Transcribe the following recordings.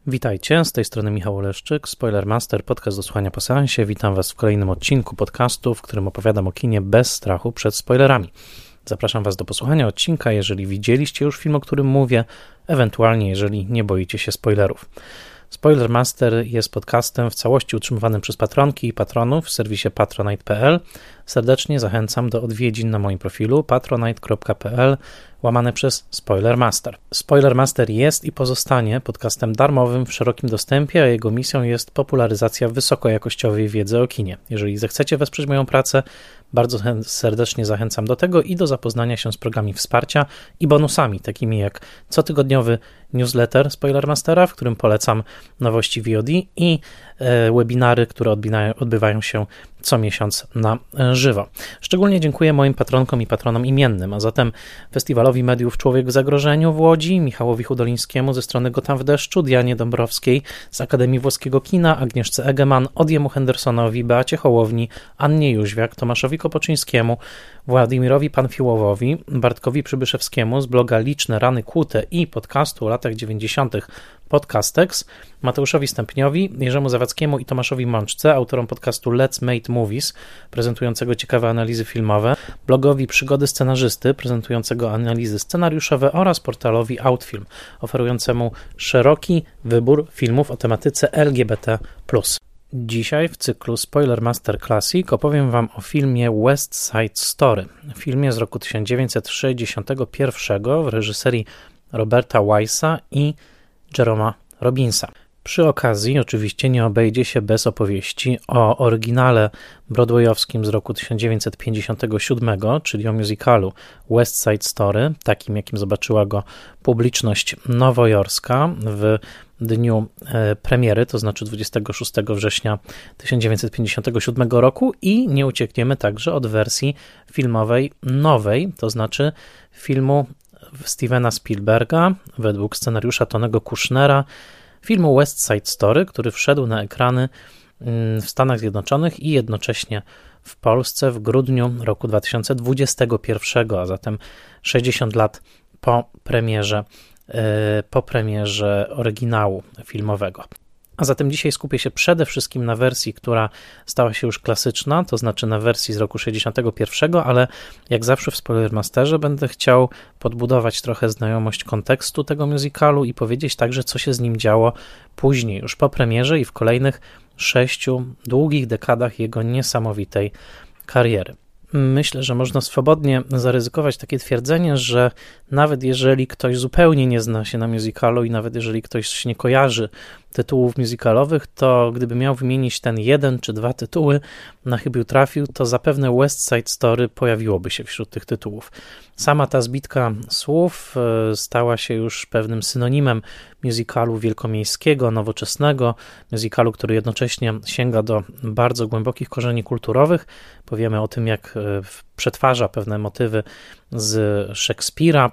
Witajcie, z tej strony Michał Oleszczyk, Spoilermaster, podcast do słuchania po seansie. Witam Was w kolejnym odcinku podcastu, w którym opowiadam o kinie bez strachu przed spoilerami. Zapraszam Was do posłuchania odcinka, jeżeli widzieliście już film, o którym mówię, ewentualnie jeżeli nie boicie się spoilerów. Spoilermaster jest podcastem w całości utrzymywanym przez patronki i patronów w serwisie patronite.pl. Serdecznie zachęcam do odwiedzin na moim profilu patronite.pl/Spoilermaster. Spoilermaster jest i pozostanie podcastem darmowym w szerokim dostępie, a jego misją jest popularyzacja wysokojakościowej wiedzy o kinie. Jeżeli zechcecie wesprzeć moją pracę, bardzo serdecznie zachęcam do tego i do zapoznania się z programami wsparcia i bonusami, takimi jak cotygodniowy newsletter Spoilermastera, w którym polecam nowości VOD i webinary, które odbywają się co miesiąc na żywo. Szczególnie dziękuję moim patronkom i patronom imiennym, a zatem Festiwalowi Mediów Człowiek w Zagrożeniu w Łodzi, Michałowi Hudolińskiemu ze strony Gotham w deszczu, Dianie Dąbrowskiej z Akademii Włoskiego Kina, Agnieszce Egeman, Odiemu Hendersonowi, Beacie Hołowni, Annie Jóźwiak, Tomaszowi Kopoczyńskiemu, Władimirowi Panfiłowowi, Bartkowi Przybyszewskiemu z bloga Liczne Rany Kłute i podcastu o latach 90. Podcastex, Mateuszowi Stępniowi, Jerzemu Zawadzkiemu i Tomaszowi Mączce, autorom podcastu Let's Make Movies, prezentującego ciekawe analizy filmowe, blogowi Przygody Scenarzysty, prezentującego analizy scenariuszowe oraz portalowi Outfilm, oferującemu szeroki wybór filmów o tematyce LGBT+. Dzisiaj w cyklu Spoilermaster Classic opowiem Wam o filmie West Side Story, filmie z roku 1961 w reżyserii Roberta Wise'a i Jeroma Robbinsa. Przy okazji oczywiście nie obejdzie się bez opowieści o oryginale broadwayowskim z roku 1957, czyli o musicalu West Side Story, takim jakim zobaczyła go publiczność nowojorska w dniu premiery, to znaczy 26 września 1957 roku, i nie uciekniemy także od wersji filmowej nowej, to znaczy filmu Stevena Spielberga według scenariusza Tonego Kushnera, filmu West Side Story, który wszedł na ekrany w Stanach Zjednoczonych i jednocześnie w Polsce w grudniu roku 2021, a zatem 60 lat po premierze oryginału filmowego. A zatem dzisiaj skupię się przede wszystkim na wersji, która stała się już klasyczna, to znaczy na wersji z roku 61, ale jak zawsze w Spoilermasterze będę chciał podbudować trochę znajomość kontekstu tego musicalu i powiedzieć także, co się z nim działo później, już po premierze i w kolejnych 6 długich dekadach jego niesamowitej kariery. Myślę, że można swobodnie zaryzykować takie twierdzenie, że nawet jeżeli ktoś zupełnie nie zna się na musicalu i nawet jeżeli ktoś nie kojarzy tytułów musicalowych, to gdyby miał wymienić ten jeden czy dwa tytuły, na chybił trafił, to zapewne West Side Story pojawiłoby się wśród tych tytułów. Sama ta zbitka słów stała się już pewnym synonimem musicalu wielkomiejskiego, nowoczesnego, musicalu, który jednocześnie sięga do bardzo głębokich korzeni kulturowych. Powiemy o tym, jak przetwarza pewne motywy z Szekspira,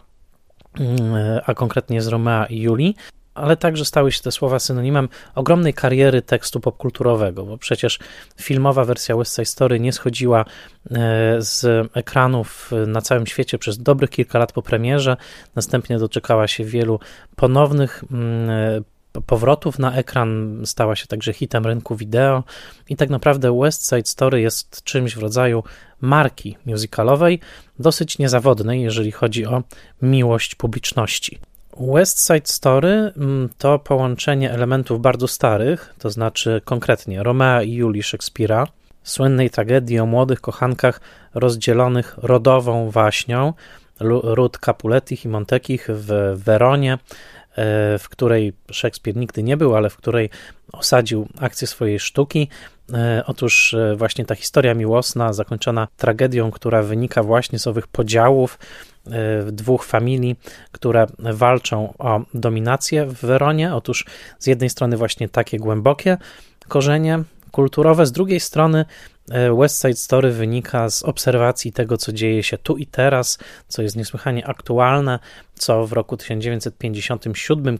a konkretnie z Romea i Julii, ale także stały się te słowa synonimem ogromnej kariery tekstu popkulturowego, bo przecież filmowa wersja West Side Story nie schodziła z ekranów na całym świecie przez dobrych kilka lat po premierze, następnie doczekała się wielu ponownych powrotów na ekran, stała się także hitem rynku wideo i tak naprawdę West Side Story jest czymś w rodzaju marki musicalowej, dosyć niezawodnej, jeżeli chodzi o miłość publiczności. West Side Story to połączenie elementów bardzo starych, to znaczy konkretnie Romea i Julii Szekspira, słynnej tragedii o młodych kochankach rozdzielonych rodową waśnią Ruth Capuletich i Montekich w Weronie, w której Szekspir nigdy nie był, ale w której osadził akcję swojej sztuki. Otóż właśnie ta historia miłosna zakończona tragedią, która wynika właśnie z owych podziałów dwóch familii, które walczą o dominację w Weronie. Otóż z jednej strony właśnie takie głębokie korzenie kulturowe, z drugiej strony West Side Story wynika z obserwacji tego, co dzieje się tu i teraz, co jest niesłychanie aktualne, co w roku 1957,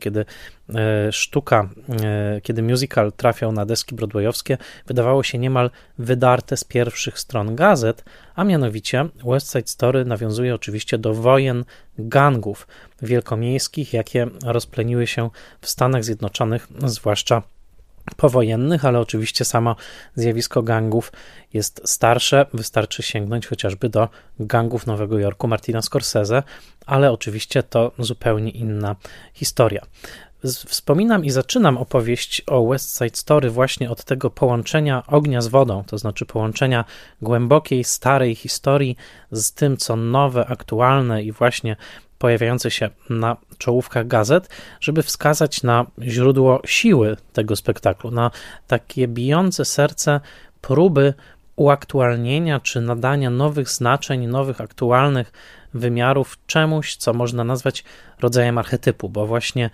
kiedy musical trafiał na deski broadwayowskie, wydawało się niemal wydarte z pierwszych stron gazet, a mianowicie West Side Story nawiązuje oczywiście do wojen gangów wielkomiejskich, jakie rozpleniły się w Stanach Zjednoczonych, zwłaszcza powojennych, ale oczywiście samo zjawisko gangów jest starsze, wystarczy sięgnąć chociażby do Gangów Nowego Jorku Martina Scorsese, ale oczywiście to zupełnie inna historia. Wspominam i zaczynam opowieść o West Side Story właśnie od tego połączenia ognia z wodą, to znaczy połączenia głębokiej, starej historii z tym, co nowe, aktualne i właśnie pojawiające się na czołówkach gazet, żeby wskazać na źródło siły tego spektaklu, na takie bijące serce próby uaktualnienia czy nadania nowych znaczeń, nowych aktualnych wymiarów czemuś, co można nazwać rodzajem archetypu, bo właśnie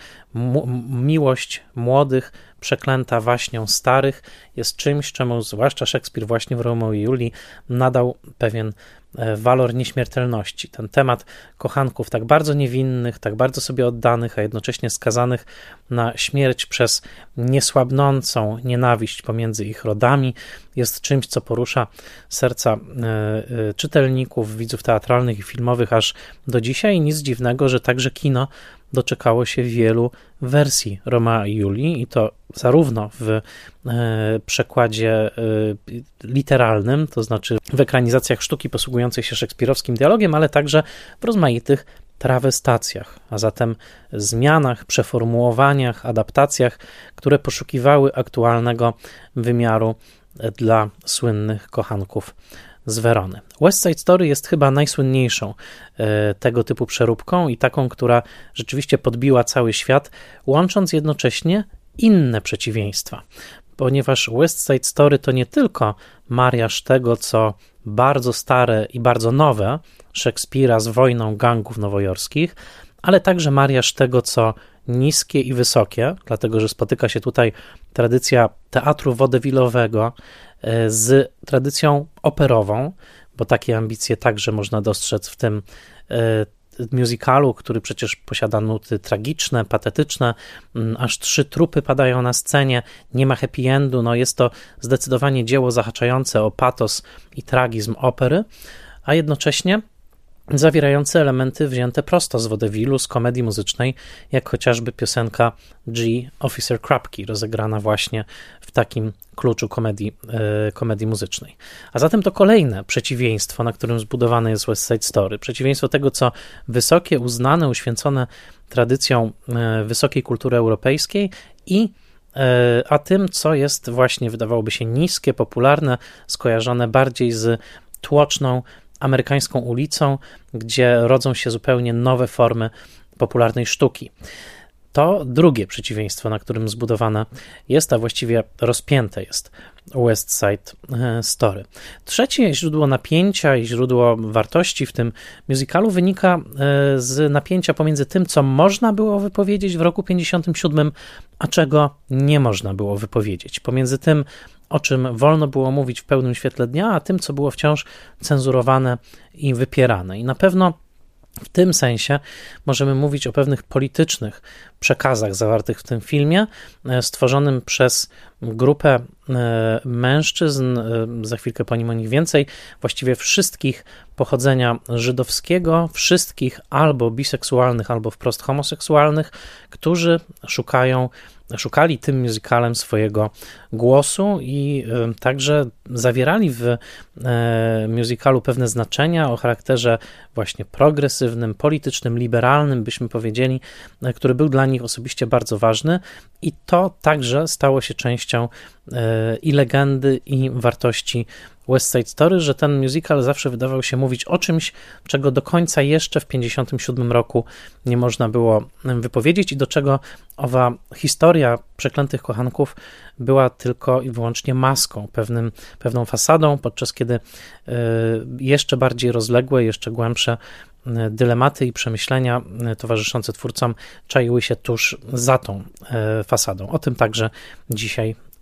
miłość młodych, przeklęta waśnią starych jest czymś, czemu zwłaszcza Szekspir właśnie w Romeo i Julii nadał pewien walor nieśmiertelności. Ten temat kochanków tak bardzo niewinnych, tak bardzo sobie oddanych, a jednocześnie skazanych na śmierć przez niesłabnącą nienawiść pomiędzy ich rodami jest czymś, co porusza serca czytelników, widzów teatralnych i filmowych aż do dzisiaj. Nic dziwnego, że także kino doczekało się wielu wersji Romea i Julii i to zarówno w przekładzie literalnym, to znaczy w ekranizacjach sztuki posługującej się szekspirowskim dialogiem, ale także w rozmaitych trawestacjach, a zatem zmianach, przeformułowaniach, adaptacjach, które poszukiwały aktualnego wymiaru dla słynnych kochanków z Werony. West Side Story jest chyba najsłynniejszą tego typu przeróbką i taką, która rzeczywiście podbiła cały świat, łącząc jednocześnie inne przeciwieństwa, ponieważ West Side Story to nie tylko mariaż tego, co bardzo stare i bardzo nowe Szekspira z wojną gangów nowojorskich, ale także mariaż tego, co niskie i wysokie, dlatego że spotyka się tutaj tradycja teatru wodewilowego z tradycją operową, bo takie ambicje także można dostrzec w tym musicalu, który przecież posiada nuty tragiczne, patetyczne, aż 3 trupy padają na scenie, nie ma happy endu, no jest to zdecydowanie dzieło zahaczające o patos i tragizm opery, a jednocześnie zawierające elementy wzięte prosto z wodewilu, z komedii muzycznej, jak chociażby piosenka G. Officer Krupke, rozegrana właśnie w takim kluczu komedii muzycznej. A zatem to kolejne przeciwieństwo, na którym zbudowane jest West Side Story. Przeciwieństwo tego, co wysokie, uznane, uświęcone tradycją wysokiej kultury europejskiej a tym, co jest właśnie, wydawałoby się, niskie, popularne, skojarzone bardziej z tłoczną amerykańską ulicą, gdzie rodzą się zupełnie nowe formy popularnej sztuki. To drugie przeciwieństwo, na którym zbudowane jest, a właściwie rozpięte jest West Side Story. Trzecie źródło napięcia i źródło wartości w tym musicalu wynika z napięcia pomiędzy tym, co można było wypowiedzieć w roku 57, a czego nie można było wypowiedzieć. Pomiędzy tym, o czym wolno było mówić w pełnym świetle dnia, a tym, co było wciąż cenzurowane i wypierane. I na pewno w tym sensie możemy mówić o pewnych politycznych przekazach zawartych w tym filmie, stworzonym przez grupę mężczyzn, za chwilkę po nim o nich więcej, właściwie wszystkich pochodzenia żydowskiego, wszystkich albo biseksualnych, albo wprost homoseksualnych, którzy szukali tym musicalem swojego głosu i także zawierali w musicalu pewne znaczenia o charakterze właśnie progresywnym, politycznym, liberalnym, byśmy powiedzieli, który był dla nich osobiście bardzo ważny i to także stało się częścią i legendy, i wartości West Side Story, że ten musical zawsze wydawał się mówić o czymś, czego do końca jeszcze w 1957 roku nie można było wypowiedzieć i do czego owa historia przeklętych kochanków była tylko i wyłącznie maską, pewną fasadą, podczas kiedy jeszcze bardziej rozległe, jeszcze głębsze dylematy i przemyślenia towarzyszące twórcom czaiły się tuż za tą fasadą. O tym także dzisiaj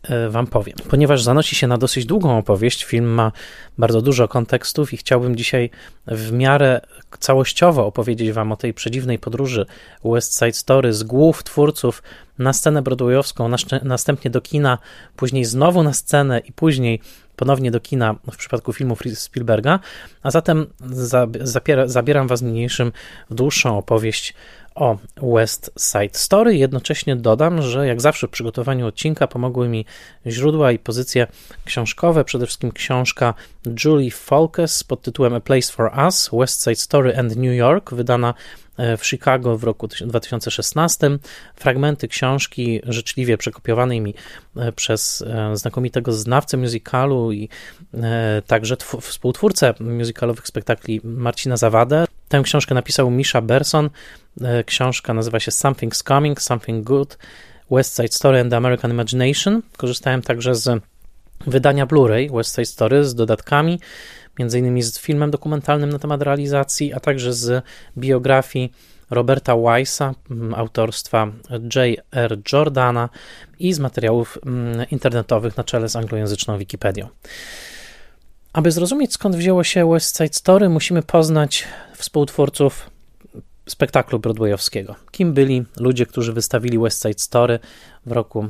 wam powiem. Ponieważ zanosi się na dosyć długą opowieść, film ma bardzo dużo kontekstów i chciałbym dzisiaj w miarę całościowo opowiedzieć wam o tej przedziwnej podróży West Side Story z głów twórców na scenę broadwayowską, następnie do kina, później znowu na scenę i później ponownie do kina w przypadku filmów Spielberga, a zatem zabieram was niniejszym w dłuższą opowieść o West Side Story. Jednocześnie dodam, że jak zawsze w przygotowaniu odcinka pomogły mi źródła i pozycje książkowe, przede wszystkim książka Julie Folkes pod tytułem A Place for Us, West Side Story and New York, wydana w Chicago w roku 2016. Fragmenty książki życzliwie przekopiowanej mi przez znakomitego znawcę musicalu i także współtwórcę musicalowych spektakli Marcina Zawadę. Tę książkę napisał Misha Berson. Książka nazywa się Something's Coming, Something Good, West Side Story and the American Imagination. Korzystałem także z wydania Blu-ray West Side Story z dodatkami, między innymi z filmem dokumentalnym na temat realizacji, a także z biografii Roberta Weissa, autorstwa J.R. Jordana i z materiałów internetowych na czele z anglojęzyczną Wikipedią. Aby zrozumieć, skąd wzięło się West Side Story, musimy poznać współtwórców spektaklu broadwayowskiego. Kim byli ludzie, którzy wystawili West Side Story w roku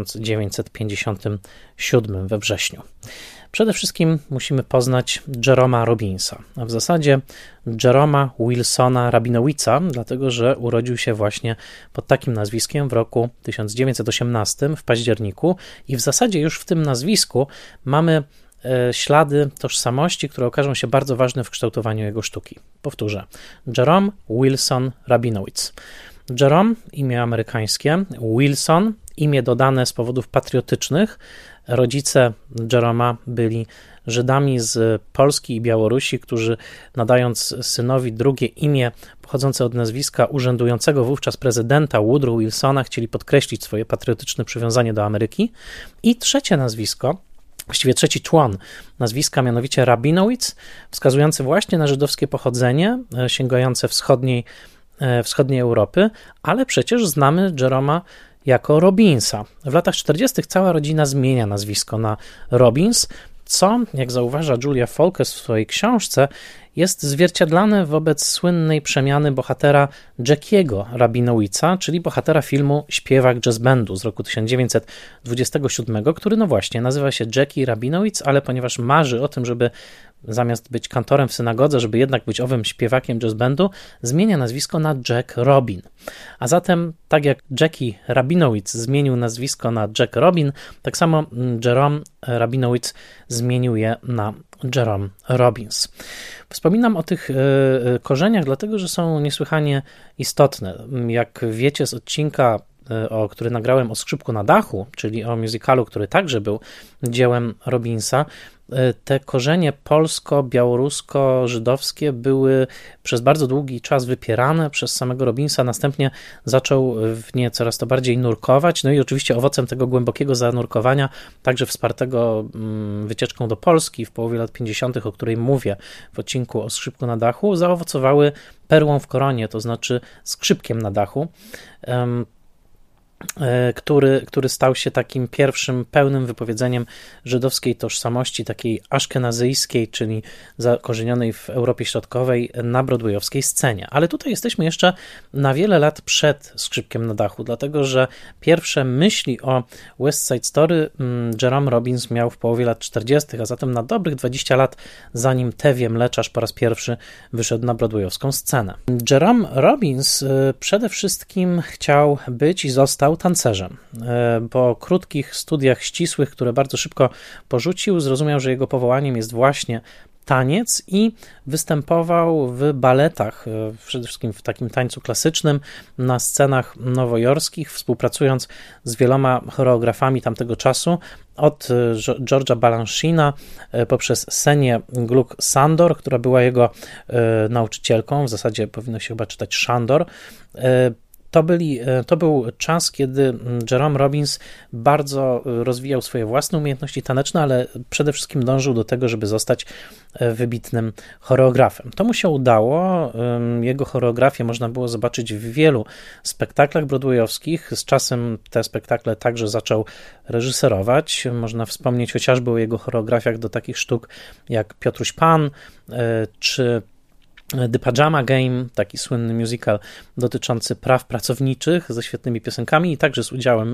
1957 we wrześniu. Przede wszystkim musimy poznać Jeroma Robbinsa, a w zasadzie Jeroma Wilsona Rabinowitza, dlatego że urodził się właśnie pod takim nazwiskiem w roku 1918 w październiku i w zasadzie już w tym nazwisku mamy ślady tożsamości, które okażą się bardzo ważne w kształtowaniu jego sztuki. Powtórzę. Jerome Wilson Rabinowitz. Jerome, imię amerykańskie, Wilson, imię dodane z powodów patriotycznych. Rodzice Jeroma byli Żydami z Polski i Białorusi, którzy nadając synowi drugie imię pochodzące od nazwiska urzędującego wówczas prezydenta Woodrow Wilsona chcieli podkreślić swoje patriotyczne przywiązanie do Ameryki. I trzecie nazwisko, właściwie trzeci człon nazwiska, mianowicie Rabinowitz, wskazujący właśnie na żydowskie pochodzenie, sięgające wschodniej Europy, ale przecież znamy Jeroma jako Robbinsa. W latach 40. cała rodzina zmienia nazwisko na Robbins, co, jak zauważa Julia Folkes w swojej książce, jest zwierciadlane wobec słynnej przemiany bohatera Jackiego Rabinowitza, czyli bohatera filmu Śpiewak Jazz Bandu z roku 1927, który no właśnie nazywa się Jackie Rabinowitz, ale ponieważ marzy o tym, żeby zamiast być kantorem w synagodze, żeby jednak być owym śpiewakiem jazz bandu, zmienia nazwisko na Jack Robin. A zatem, tak jak Jackie Rabinowitz zmienił nazwisko na Jack Robin, tak samo Jerome Rabinowitz zmienił je na Jerome Robbins. Wspominam o tych korzeniach, dlatego że są niesłychanie istotne. Jak wiecie z odcinka, który nagrałem o Skrzypku na dachu, czyli o musicalu, który także był dziełem Robbinsa, te korzenie polsko-białorusko-żydowskie były przez bardzo długi czas wypierane przez samego Robbinsa, następnie zaczął w nie coraz to bardziej nurkować, no i oczywiście owocem tego głębokiego zanurkowania, także wspartego wycieczką do Polski w połowie lat 50., o której mówię w odcinku o Skrzypku na dachu, zaowocowały perłą w koronie, to znaczy skrzypkiem na dachu, który stał się takim pierwszym pełnym wypowiedzeniem żydowskiej tożsamości, takiej aszkenazyjskiej, czyli zakorzenionej w Europie Środkowej na broadwayowskiej scenie. Ale tutaj jesteśmy jeszcze na wiele lat przed Skrzypkiem na dachu, dlatego że pierwsze myśli o West Side Story Jerome Robbins miał w połowie lat 40., a zatem na dobrych 20 lat, zanim Tewie Mleczarz po raz pierwszy wyszedł na broadwayowską scenę. Jerome Robbins przede wszystkim chciał być i został tancerzem. Po krótkich studiach ścisłych, które bardzo szybko porzucił, zrozumiał, że jego powołaniem jest właśnie taniec i występował w baletach, przede wszystkim w takim tańcu klasycznym, na scenach nowojorskich, współpracując z wieloma choreografami tamtego czasu, od George'a Balanchina poprzez Senię Gluck-Sandor, która była jego nauczycielką, w zasadzie powinno się chyba czytać Szandor, To był czas, kiedy Jerome Robbins bardzo rozwijał swoje własne umiejętności taneczne, ale przede wszystkim dążył do tego, żeby zostać wybitnym choreografem. To mu się udało. Jego choreografię można było zobaczyć w wielu spektaklach broadwayowskich. Z czasem te spektakle także zaczął reżyserować. Można wspomnieć chociażby o jego choreografiach do takich sztuk jak Piotruś Pan czy The Pajama Game, taki słynny musical dotyczący praw pracowniczych ze świetnymi piosenkami i także z udziałem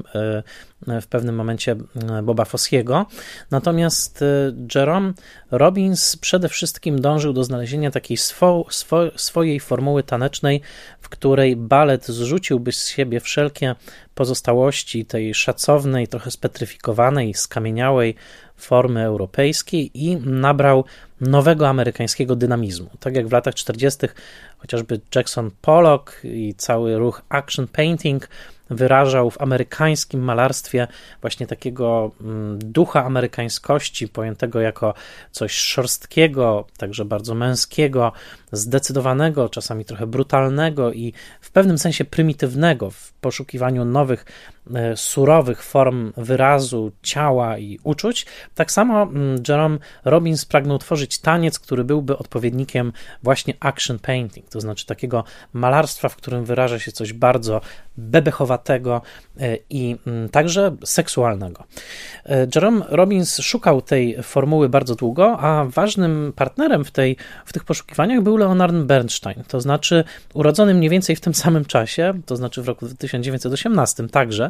w pewnym momencie Boba Fossiego. Natomiast Jerome Robbins przede wszystkim dążył do znalezienia takiej swojej formuły tanecznej, w której balet zrzuciłby z siebie wszelkie pozostałości tej szacownej, trochę spetryfikowanej, skamieniałej formy europejskiej i nabrał nowego amerykańskiego dynamizmu. Tak jak w latach 40. chociażby Jackson Pollock i cały ruch action painting wyrażał w amerykańskim malarstwie właśnie takiego ducha amerykańskości, pojętego jako coś szorstkiego, także bardzo męskiego, zdecydowanego, czasami trochę brutalnego i w pewnym sensie prymitywnego w poszukiwaniu nowych, surowych form wyrazu ciała i uczuć. Tak samo Jerome Robbins pragnął tworzyć taniec, który byłby odpowiednikiem właśnie action painting, to znaczy takiego malarstwa, w którym wyraża się coś bardzo bebechowatego i także seksualnego. Jerome Robbins szukał tej formuły bardzo długo, a ważnym partnerem w tych poszukiwaniach był Leonard Bernstein, to znaczy urodzony mniej więcej w tym samym czasie, to znaczy w roku 1918 także,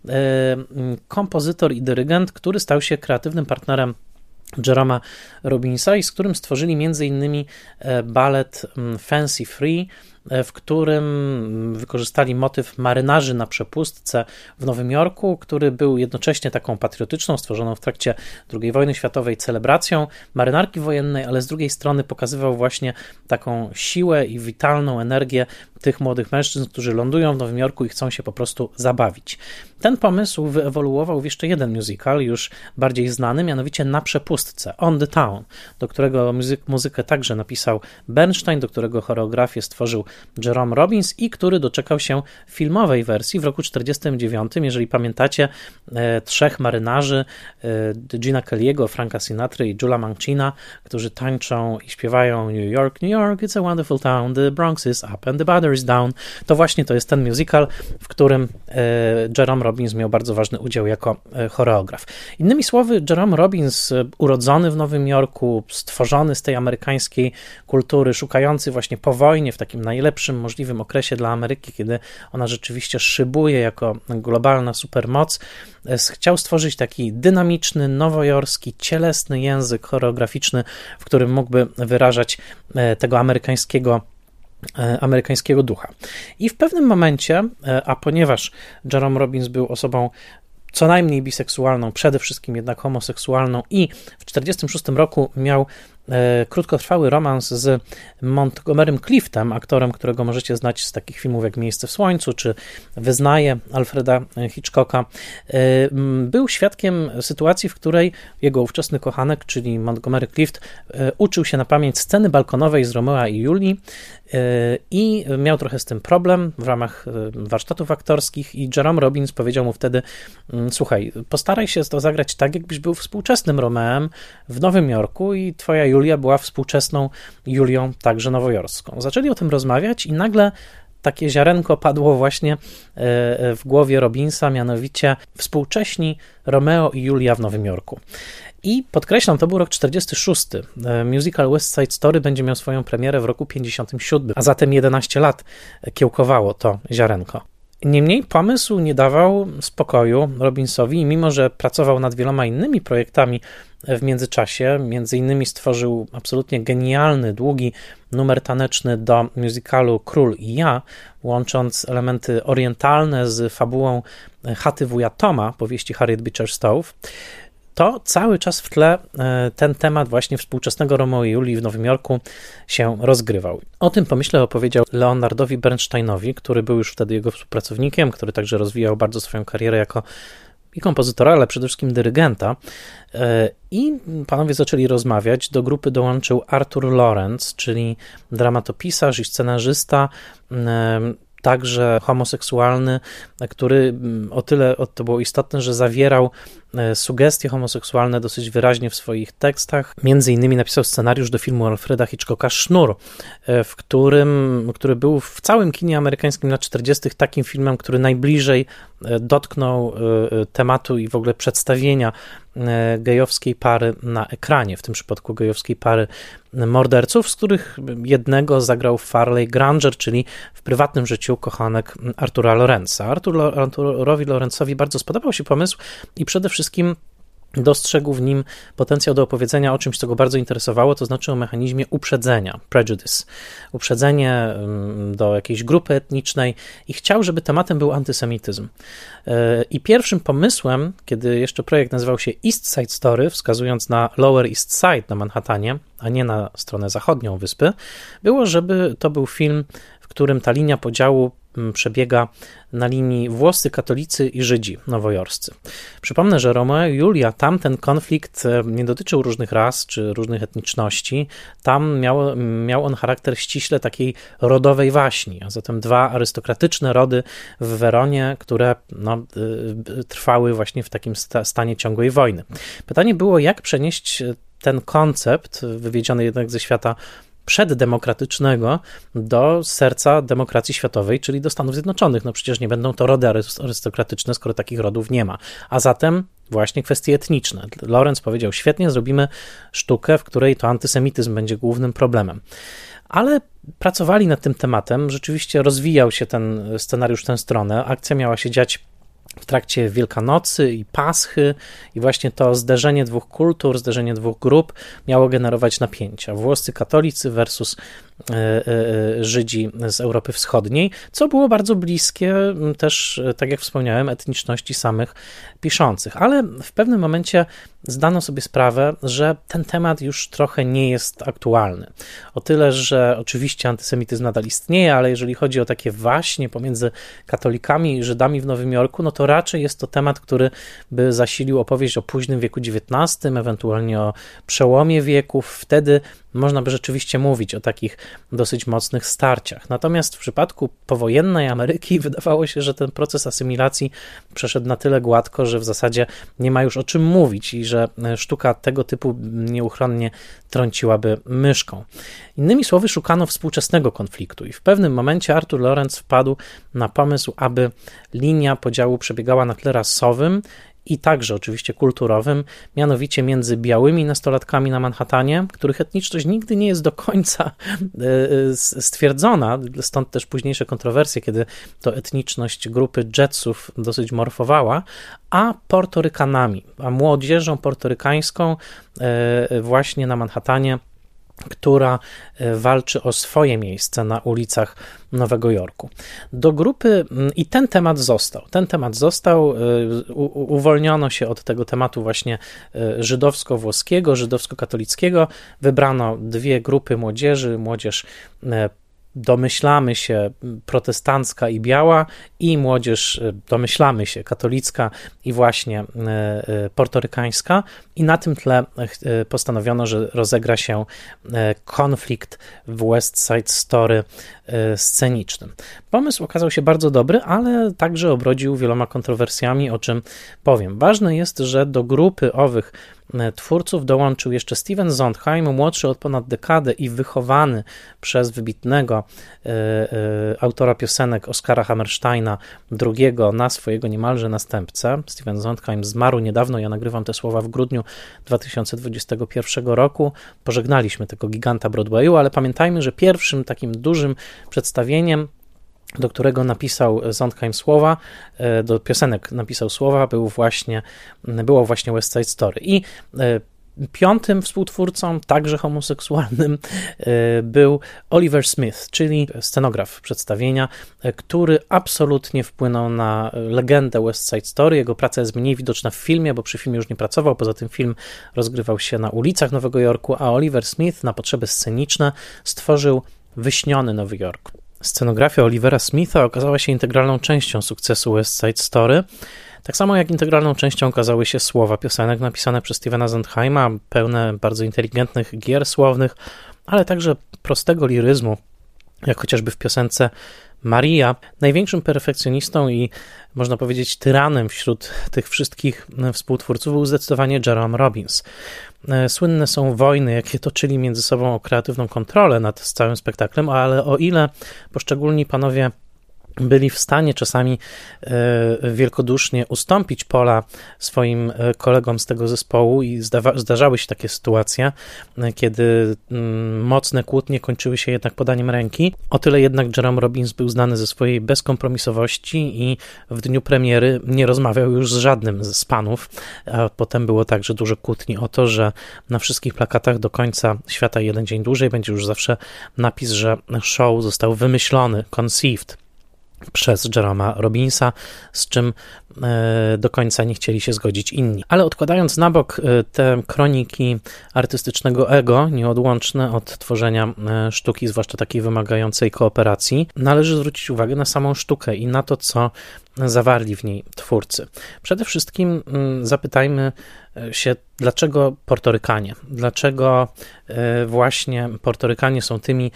kompozytor i dyrygent, który stał się kreatywnym partnerem Jeroma Robbinsa i z którym stworzyli m.in. balet Fancy Free, w którym wykorzystali motyw marynarzy na przepustce w Nowym Jorku, który był jednocześnie taką patriotyczną, stworzoną w trakcie II wojny światowej celebracją marynarki wojennej, ale z drugiej strony pokazywał właśnie taką siłę i witalną energię tych młodych mężczyzn, którzy lądują w Nowym Jorku i chcą się po prostu zabawić. Ten pomysł wyewoluował w jeszcze jeden musical, już bardziej znany, mianowicie Na przepustce, On the Town, do którego muzykę także napisał Bernstein, do którego choreografię stworzył Jerome Robbins i który doczekał się filmowej wersji w roku 1949. Jeżeli pamiętacie, trzech marynarzy, Gina Kelly'ego, Franka Sinatry i Jula Mancina, którzy tańczą i śpiewają New York, New York, it's a wonderful town, the Bronx is up and the border is down. To właśnie to jest ten musical, w którym Jerome Robbins miał bardzo ważny udział jako choreograf. Innymi słowy, Jerome Robbins, urodzony w Nowym Jorku, stworzony z tej amerykańskiej kultury, szukający właśnie po wojnie w takim najlepszym możliwym okresie dla Ameryki, kiedy ona rzeczywiście szybuje jako globalna supermoc, chciał stworzyć taki dynamiczny, nowojorski, cielesny język choreograficzny, w którym mógłby wyrażać tego amerykańskiego ducha. I w pewnym momencie, a ponieważ Jerome Robbins był osobą co najmniej biseksualną, przede wszystkim jednak homoseksualną i w 1946 roku miał krótkotrwały romans z Montgomerym Cliftem, aktorem, którego możecie znać z takich filmów jak Miejsce w słońcu, czy Wyznaje Alfreda Hitchcocka. Był świadkiem sytuacji, w której jego ówczesny kochanek, czyli Montgomery Clift, uczył się na pamięć sceny balkonowej z Romea i Julii i miał trochę z tym problem w ramach warsztatów aktorskich i Jerome Robbins powiedział mu wtedy: słuchaj, postaraj się to zagrać tak, jakbyś był współczesnym Romeem w Nowym Jorku i twoja Julia była współczesną Julią, także nowojorską. Zaczęli o tym rozmawiać i nagle takie ziarenko padło właśnie w głowie Robbinsa, mianowicie współcześni Romeo i Julia w Nowym Jorku. I podkreślam, to był rok 46. Musical West Side Story będzie miał swoją premierę w roku 57, a zatem 11 lat kiełkowało to ziarenko. Niemniej pomysł nie dawał spokoju Robbinsowi i mimo, że pracował nad wieloma innymi projektami w międzyczasie, między innymi stworzył absolutnie genialny, długi numer taneczny do musicalu Król i ja, łącząc elementy orientalne z fabułą Chaty wuja Toma, powieści Harriet Beecher Stowe, to cały czas w tle ten temat właśnie współczesnego Romeo i Julii w Nowym Jorku się rozgrywał. O tym pomyśle opowiedział Leonardowi Bernsteinowi, który był już wtedy jego współpracownikiem, który także rozwijał bardzo swoją karierę jako i kompozytora, ale przede wszystkim dyrygenta. I panowie zaczęli rozmawiać. Do grupy dołączył Arthur Lawrence, czyli dramatopisarz i scenarzysta, także homoseksualny, który o tyle to było istotne, że zawierał sugestie homoseksualne dosyć wyraźnie w swoich tekstach. Między innymi napisał scenariusz do filmu Alfreda Hitchcocka Sznur, który był w całym kinie amerykańskim lat 40. takim filmem, który najbliżej dotknął tematu i w ogóle przedstawienia gejowskiej pary na ekranie, w tym przypadku gejowskiej pary morderców, z których jednego zagrał Farley Granger, czyli w prywatnym życiu kochanek Artura Lorenza. Arturowi Lorenzowi bardzo spodobał się pomysł i przede wszystkim dostrzegł w nim potencjał do opowiedzenia o czymś, co go bardzo interesowało, to znaczy o mechanizmie uprzedzenia, prejudice, uprzedzenie do jakiejś grupy etnicznej i chciał, żeby tematem był antysemityzm. I pierwszym pomysłem, kiedy jeszcze projekt nazywał się East Side Story, wskazując na Lower East Side na Manhattanie, a nie na stronę zachodnią wyspy, było, żeby to był film, w którym ta linia podziału przebiega na linii włoscy katolicy i Żydzi nowojorscy. Przypomnę, że Romeo i Julia, tam ten konflikt nie dotyczył różnych ras czy różnych etniczności, tam miał on charakter ściśle takiej rodowej waśni, a zatem dwa arystokratyczne rody w Weronie, które trwały właśnie w takim stanie ciągłej wojny. Pytanie było, jak przenieść ten koncept, wywiedziony jednak ze świata przeddemokratycznego, do serca demokracji światowej, czyli do Stanów Zjednoczonych. No przecież nie będą to rody arystokratyczne, skoro takich rodów nie ma. A zatem właśnie kwestie etniczne. Lorenz powiedział, świetnie, zrobimy sztukę, w której to antysemityzm będzie głównym problemem. Ale pracowali nad tym tematem, rzeczywiście rozwijał się ten scenariusz w tę stronę, akcja miała się dziać w trakcie Wielkanocy i Paschy i właśnie to zderzenie dwóch kultur, zderzenie dwóch grup miało generować napięcia. Włoscy katolicy versus Żydzi z Europy Wschodniej, co było bardzo bliskie też, tak jak wspomniałem, etniczności samych piszących. Ale w pewnym momencie zdano sobie sprawę, że ten temat już trochę nie jest aktualny. O tyle, że oczywiście antysemityzm nadal istnieje, ale jeżeli chodzi o takie waśnie pomiędzy katolikami i Żydami w Nowym Jorku, no to raczej jest to temat, który by zasilił opowieść o późnym wieku XIX, ewentualnie o przełomie wieków. Wtedy można by rzeczywiście mówić o takich dosyć mocnych starciach. Natomiast w przypadku powojennej Ameryki wydawało się, że ten proces asymilacji przeszedł na tyle gładko, że w zasadzie nie ma już o czym mówić i że sztuka tego typu nieuchronnie trąciłaby myszką. Innymi słowy, szukano współczesnego konfliktu i w pewnym momencie Arthur Lorenz wpadł na pomysł, aby linia podziału przebiegała na tle rasowym i także oczywiście kulturowym, mianowicie między białymi nastolatkami na Manhattanie, których etniczność nigdy nie jest do końca stwierdzona, stąd też późniejsze kontrowersje, kiedy to etniczność grupy Jetsów dosyć morfowała, a Portorykanami, a młodzieżą portorykańską właśnie na Manhattanie, która walczy o swoje miejsce na ulicach Nowego Jorku. Do grupy i ten temat został, uwolniono się od tego tematu właśnie żydowsko-włoskiego, żydowsko-katolickiego, wybrano dwie grupy młodzieży, młodzież domyślamy się protestancka i biała i młodzież domyślamy się katolicka i właśnie portorykańska i na tym tle postanowiono, że rozegra się konflikt w West Side Story scenicznym. Pomysł okazał się bardzo dobry, ale także obrodził wieloma kontrowersjami, o czym powiem. Ważne jest, że do grupy owych twórców dołączył jeszcze Steven Sondheim, młodszy od ponad dekadę i wychowany przez wybitnego autora piosenek Oskara Hammersteina II na swojego niemalże następcę. Steven Sondheim zmarł niedawno, ja nagrywam te słowa w grudniu 2021 roku. Pożegnaliśmy tego giganta Broadwayu, ale pamiętajmy, że pierwszym takim dużym przedstawieniem, do którego napisał Sondheim słowa, do piosenek napisał słowa, było właśnie West Side Story. I piątym współtwórcą, także homoseksualnym, był Oliver Smith, czyli scenograf przedstawienia, który absolutnie wpłynął na legendę West Side Story. Jego praca jest mniej widoczna w filmie, bo przy filmie już nie pracował, poza tym film rozgrywał się na ulicach Nowego Jorku, a Oliver Smith na potrzeby sceniczne stworzył wyśniony Nowy Jork. Scenografia Olivera Smitha okazała się integralną częścią sukcesu West Side Story, tak samo jak integralną częścią okazały się słowa piosenek napisane przez Stevena Sondheima, pełne bardzo inteligentnych gier słownych, ale także prostego liryzmu, jak chociażby w piosence Maria. Największym perfekcjonistą i można powiedzieć tyranem wśród tych wszystkich współtwórców był zdecydowanie Jerome Robbins. Słynne są wojny, jakie toczyli między sobą o kreatywną kontrolę nad całym spektaklem, ale o ile poszczególni panowie byli w stanie czasami wielkodusznie ustąpić pola swoim kolegom z tego zespołu i zdarzały się takie sytuacje, kiedy mocne kłótnie kończyły się jednak podaniem ręki. O tyle jednak Jerome Robbins był znany ze swojej bezkompromisowości i w dniu premiery nie rozmawiał już z żadnym z panów, a potem było także dużo kłótni o to, że na wszystkich plakatach do końca świata jeden dzień dłużej będzie już zawsze napis, że show został wymyślony, conceived przez Jeroma Robbinsa, z czym do końca nie chcieli się zgodzić inni. Ale odkładając na bok te kroniki artystycznego ego, nieodłączne od tworzenia sztuki, zwłaszcza takiej wymagającej kooperacji, należy zwrócić uwagę na samą sztukę i na to, co zawarli w niej twórcy. Przede wszystkim zapytajmy się, dlaczego Portorykanie? Dlaczego właśnie Portorykanie są tymi,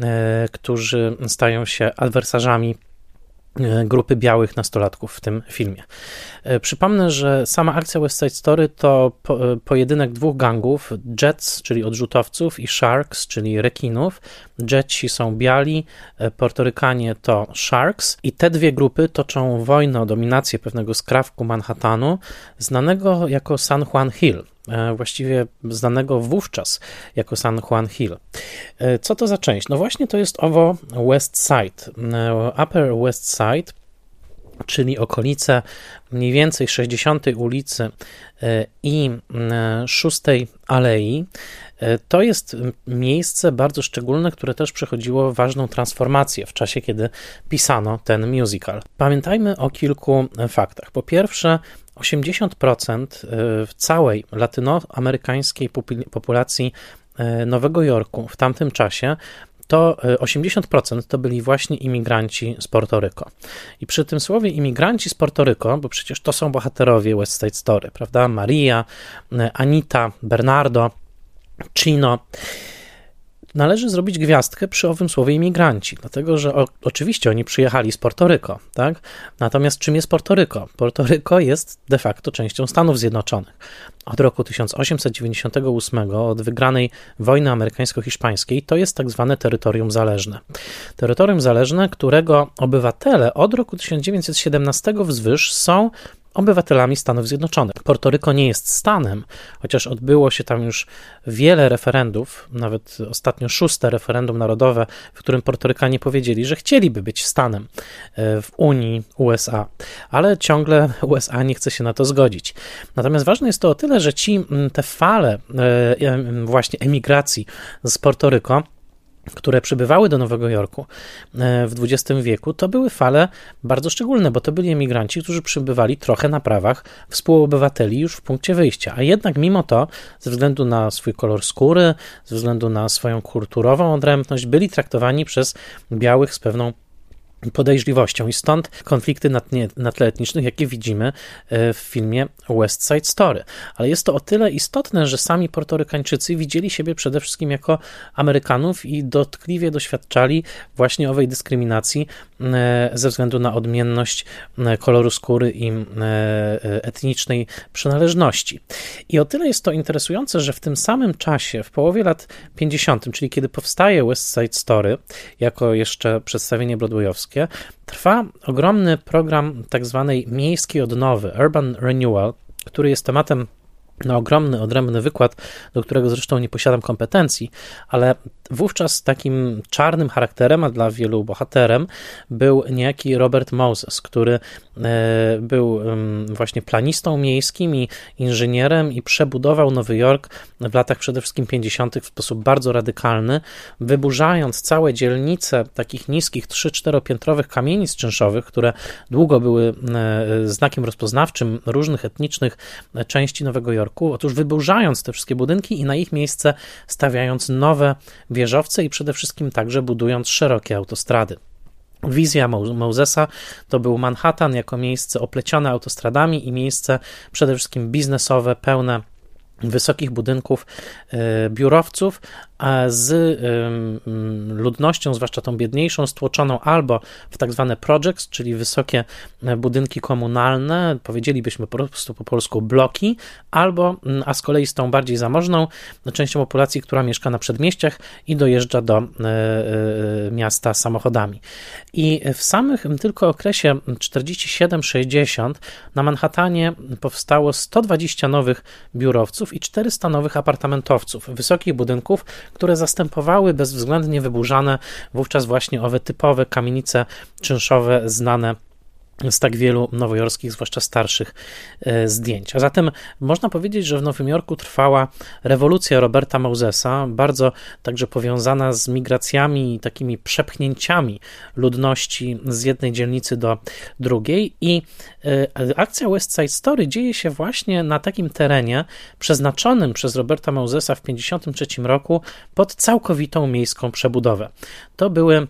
którzy stają się adwersarzami grupy białych nastolatków w tym filmie. Przypomnę, że sama akcja West Side Story to pojedynek dwóch gangów, Jets, czyli odrzutowców, i Sharks, czyli rekinów. Jetsi są biali, Portorykanie to Sharks i te dwie grupy toczą wojnę o dominację pewnego skrawku Manhattanu, znanego jako San Juan Hill. Właściwie znanego wówczas jako San Juan Hill. Co to za część? No właśnie to jest owo West Side. Upper West Side, czyli okolice mniej więcej 60. ulicy i 6. Alei. To jest miejsce bardzo szczególne, które też przechodziło ważną transformację w czasie, kiedy pisano ten musical. Pamiętajmy o kilku faktach. Po pierwsze, 80% w całej latynoamerykańskiej populacji Nowego Jorku w tamtym czasie to 80% to byli właśnie imigranci z Portoryko. I przy tym słowie imigranci z Portoryko, bo przecież to są bohaterowie West Side Story, prawda? Maria, Anita, Bernardo, Chino. Należy zrobić gwiazdkę przy owym słowie imigranci, dlatego że oczywiście oni przyjechali z Portoryko, tak? Natomiast czym jest Portoryko? Portoryko jest de facto częścią Stanów Zjednoczonych. Od roku 1898, od wygranej wojny amerykańsko-hiszpańskiej, to jest tak zwane terytorium zależne. Terytorium zależne, którego obywatele od roku 1917 wzwyż są obywatelami Stanów Zjednoczonych. Portoryko nie jest stanem, chociaż odbyło się tam już wiele referendów, nawet ostatnio 6. referendum narodowe, w którym Portorykanie powiedzieli, że chcieliby być stanem w Unii USA, ale ciągle USA nie chce się na to zgodzić. Natomiast ważne jest to o tyle, że te fale właśnie emigracji z Portoryko, które przybywały do Nowego Jorku w XX wieku, to były fale bardzo szczególne, bo to byli emigranci, którzy przybywali trochę na prawach współobywateli już w punkcie wyjścia, a jednak mimo to, ze względu na swój kolor skóry, ze względu na swoją kulturową odrębność, byli traktowani przez białych z pewną podejrzliwością i stąd konflikty na tle etnicznych, jakie widzimy w filmie West Side Story. Ale jest to o tyle istotne, że sami Portorykańczycy widzieli siebie przede wszystkim jako Amerykanów i dotkliwie doświadczali właśnie owej dyskryminacji ze względu na odmienność koloru skóry i etnicznej przynależności. I o tyle jest to interesujące, że w tym samym czasie, w połowie lat 50., czyli kiedy powstaje West Side Story, jako jeszcze przedstawienie broadwayowskie, trwa ogromny program tak zwanej miejskiej odnowy, Urban Renewal, który jest tematem na ogromny, odrębny wykład, do którego zresztą nie posiadam kompetencji, ale wówczas takim czarnym charakterem, a dla wielu bohaterem, był niejaki Robert Moses, który był właśnie planistą miejskim i inżynierem i przebudował Nowy Jork w latach przede wszystkim 50. w sposób bardzo radykalny, wyburzając całe dzielnice takich niskich 3-4-piętrowych kamienic czynszowych, które długo były znakiem rozpoznawczym różnych etnicznych części Nowego Jorku. Otóż wyburzając te wszystkie budynki i na ich miejsce stawiając nowe wieżowce i przede wszystkim także budując szerokie autostrady. Wizja Mosesa to był Manhattan jako miejsce oplecione autostradami i miejsce przede wszystkim biznesowe, pełne wysokich budynków biurowców z ludnością, zwłaszcza tą biedniejszą, stłoczoną albo w tak zwane projects, czyli wysokie budynki komunalne, powiedzielibyśmy po prostu po polsku bloki, a z kolei z tą bardziej zamożną częścią populacji, która mieszka na przedmieściach i dojeżdża do miasta samochodami. I w samym tylko okresie 47-60 na Manhattanie powstało 120 nowych biurowców i 400 nowych apartamentowców, wysokich budynków, które zastępowały bezwzględnie wyburzane wówczas właśnie owe typowe kamienice czynszowe znane z tak wielu nowojorskich, zwłaszcza starszych zdjęć. A zatem można powiedzieć, że w Nowym Jorku trwała rewolucja Roberta Mosesa, bardzo także powiązana z migracjami i takimi przepchnięciami ludności z jednej dzielnicy do drugiej i akcja West Side Story dzieje się właśnie na takim terenie przeznaczonym przez Roberta Mosesa w 1953 roku pod całkowitą miejską przebudowę. To były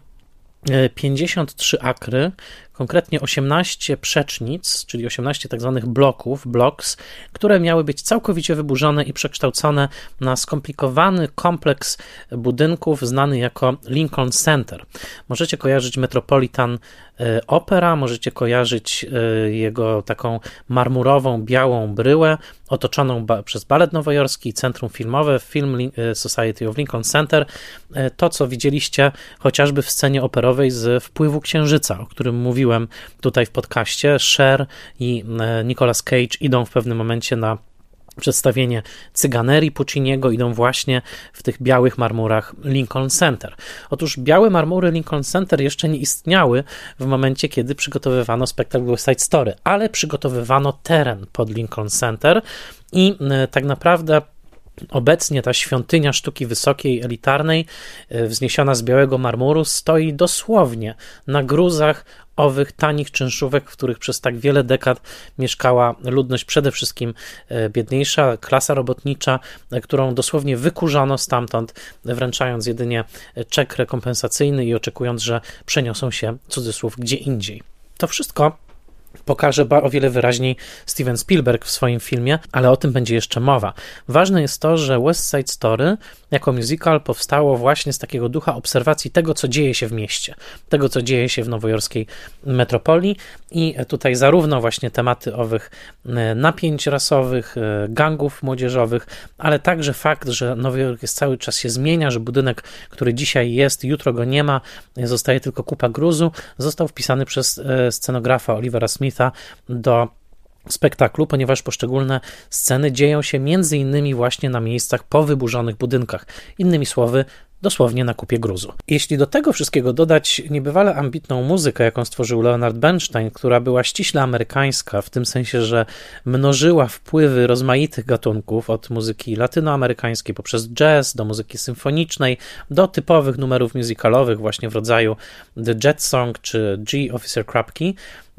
53 akry, konkretnie 18 przecznic, czyli 18 tak zwanych blocks, które miały być całkowicie wyburzone i przekształcone na skomplikowany kompleks budynków znany jako Lincoln Center. Możecie kojarzyć Metropolitan Opera, możecie kojarzyć jego taką marmurową, białą bryłę otoczoną przez balet nowojorski, centrum filmowe, Film Society of Lincoln Center. To, co widzieliście chociażby w scenie operowej z Wpływu Księżyca, o którym mówiłem tutaj w podcaście. Cher i Nicolas Cage idą w pewnym momencie na przedstawienie Cyganerii Pucciniego, idą właśnie w tych białych marmurach Lincoln Center. Otóż białe marmury Lincoln Center jeszcze nie istniały w momencie, kiedy przygotowywano spektakl West Side Story, ale przygotowywano teren pod Lincoln Center i tak naprawdę obecnie ta świątynia sztuki wysokiej, elitarnej, wzniesiona z białego marmuru, stoi dosłownie na gruzach owych tanich czynszówek, w których przez tak wiele dekad mieszkała ludność, przede wszystkim biedniejsza, klasa robotnicza, którą dosłownie wykurzono stamtąd, wręczając jedynie czek rekompensacyjny i oczekując, że przeniosą się, cudzysłów, gdzie indziej. To wszystko pokaże o wiele wyraźniej Steven Spielberg w swoim filmie, ale o tym będzie jeszcze mowa. Ważne jest to, że West Side Story jako musical powstało właśnie z takiego ducha obserwacji tego, co dzieje się w mieście, tego, co dzieje się w nowojorskiej metropolii i tutaj zarówno właśnie tematy owych napięć rasowych, gangów młodzieżowych, ale także fakt, że Nowy Jork jest cały czas się zmienia, że budynek, który dzisiaj jest, jutro go nie ma, zostaje tylko kupa gruzu, został wpisany przez scenografa Olivera Smitha do spektaklu, ponieważ poszczególne sceny dzieją się między innymi właśnie na miejscach po wyburzonych budynkach. Innymi słowy, dosłownie na kupie gruzu. Jeśli do tego wszystkiego dodać niebywale ambitną muzykę, jaką stworzył Leonard Bernstein, która była ściśle amerykańska, w tym sensie, że mnożyła wpływy rozmaitych gatunków, od muzyki latynoamerykańskiej poprzez jazz, do muzyki symfonicznej, do typowych numerów musicalowych właśnie w rodzaju The Jet Song czy G Officer Krupke,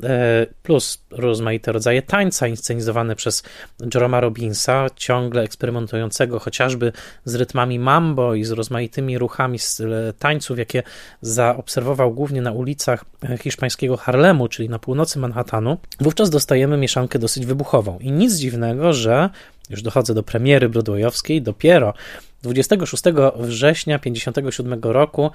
plus rozmaite rodzaje tańca inscenizowane przez Jeroma Robbinsa, ciągle eksperymentującego chociażby z rytmami mambo i z rozmaitymi ruchami tańców, jakie zaobserwował głównie na ulicach hiszpańskiego Harlemu, czyli na północy Manhattanu. Wówczas dostajemy mieszankę dosyć wybuchową i nic dziwnego, że już dochodzę do premiery broadwayowskiej, dopiero 26 września 1957 roku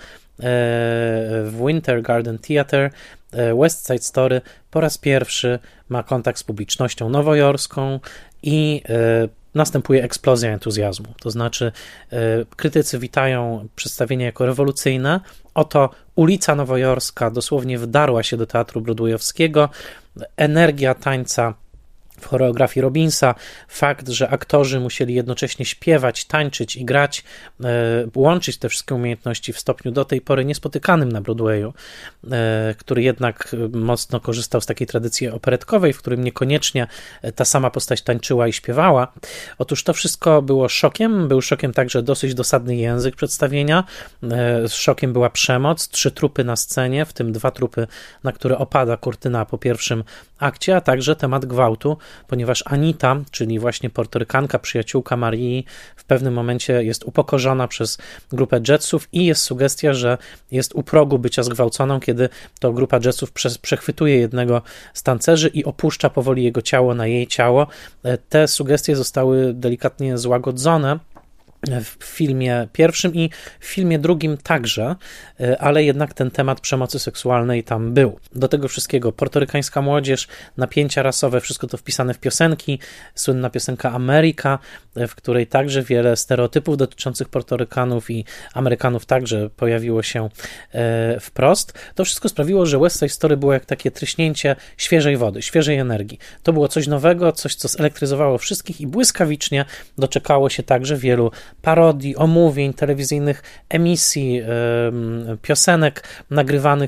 w Winter Garden Theatre West Side Story po raz pierwszy ma kontakt z publicznością nowojorską i następuje eksplozja entuzjazmu. To znaczy krytycy witają przedstawienie jako rewolucyjne. Oto ulica nowojorska dosłownie wdarła się do teatru broadwayowskiego. Energia tańca w choreografii Robbinsa, fakt, że aktorzy musieli jednocześnie śpiewać, tańczyć i grać, łączyć te wszystkie umiejętności w stopniu do tej pory niespotykanym na Broadwayu, który jednak mocno korzystał z takiej tradycji operetkowej, w którym niekoniecznie ta sama postać tańczyła i śpiewała. Otóż to wszystko było szokiem, był szokiem także dosyć dosadny język przedstawienia, szokiem była przemoc, 3 trupy na scenie, w tym 2 trupy, na które opada kurtyna po pierwszym akcie, a także temat gwałtu ponieważ Anita, czyli właśnie portorykanka, przyjaciółka Marii, w pewnym momencie jest upokorzona przez grupę Jetsów i jest sugestia, że jest u progu bycia zgwałconą, kiedy to grupa Jetsów przechwytuje jednego z tancerzy i opuszcza powoli jego ciało na jej ciało. Te sugestie zostały delikatnie złagodzone w filmie pierwszym i w filmie drugim także, ale jednak ten temat przemocy seksualnej tam był. Do tego wszystkiego portorykańska młodzież, napięcia rasowe, wszystko to wpisane w piosenki, słynna piosenka America, w której także wiele stereotypów dotyczących Portorykanów i Amerykanów także pojawiło się wprost. To wszystko sprawiło, że West Side Story było jak takie tryśnięcie świeżej wody, świeżej energii. To było coś nowego, coś, co zelektryzowało wszystkich i błyskawicznie doczekało się także wielu parodii, omówień, telewizyjnych emisji, piosenek nagrywanych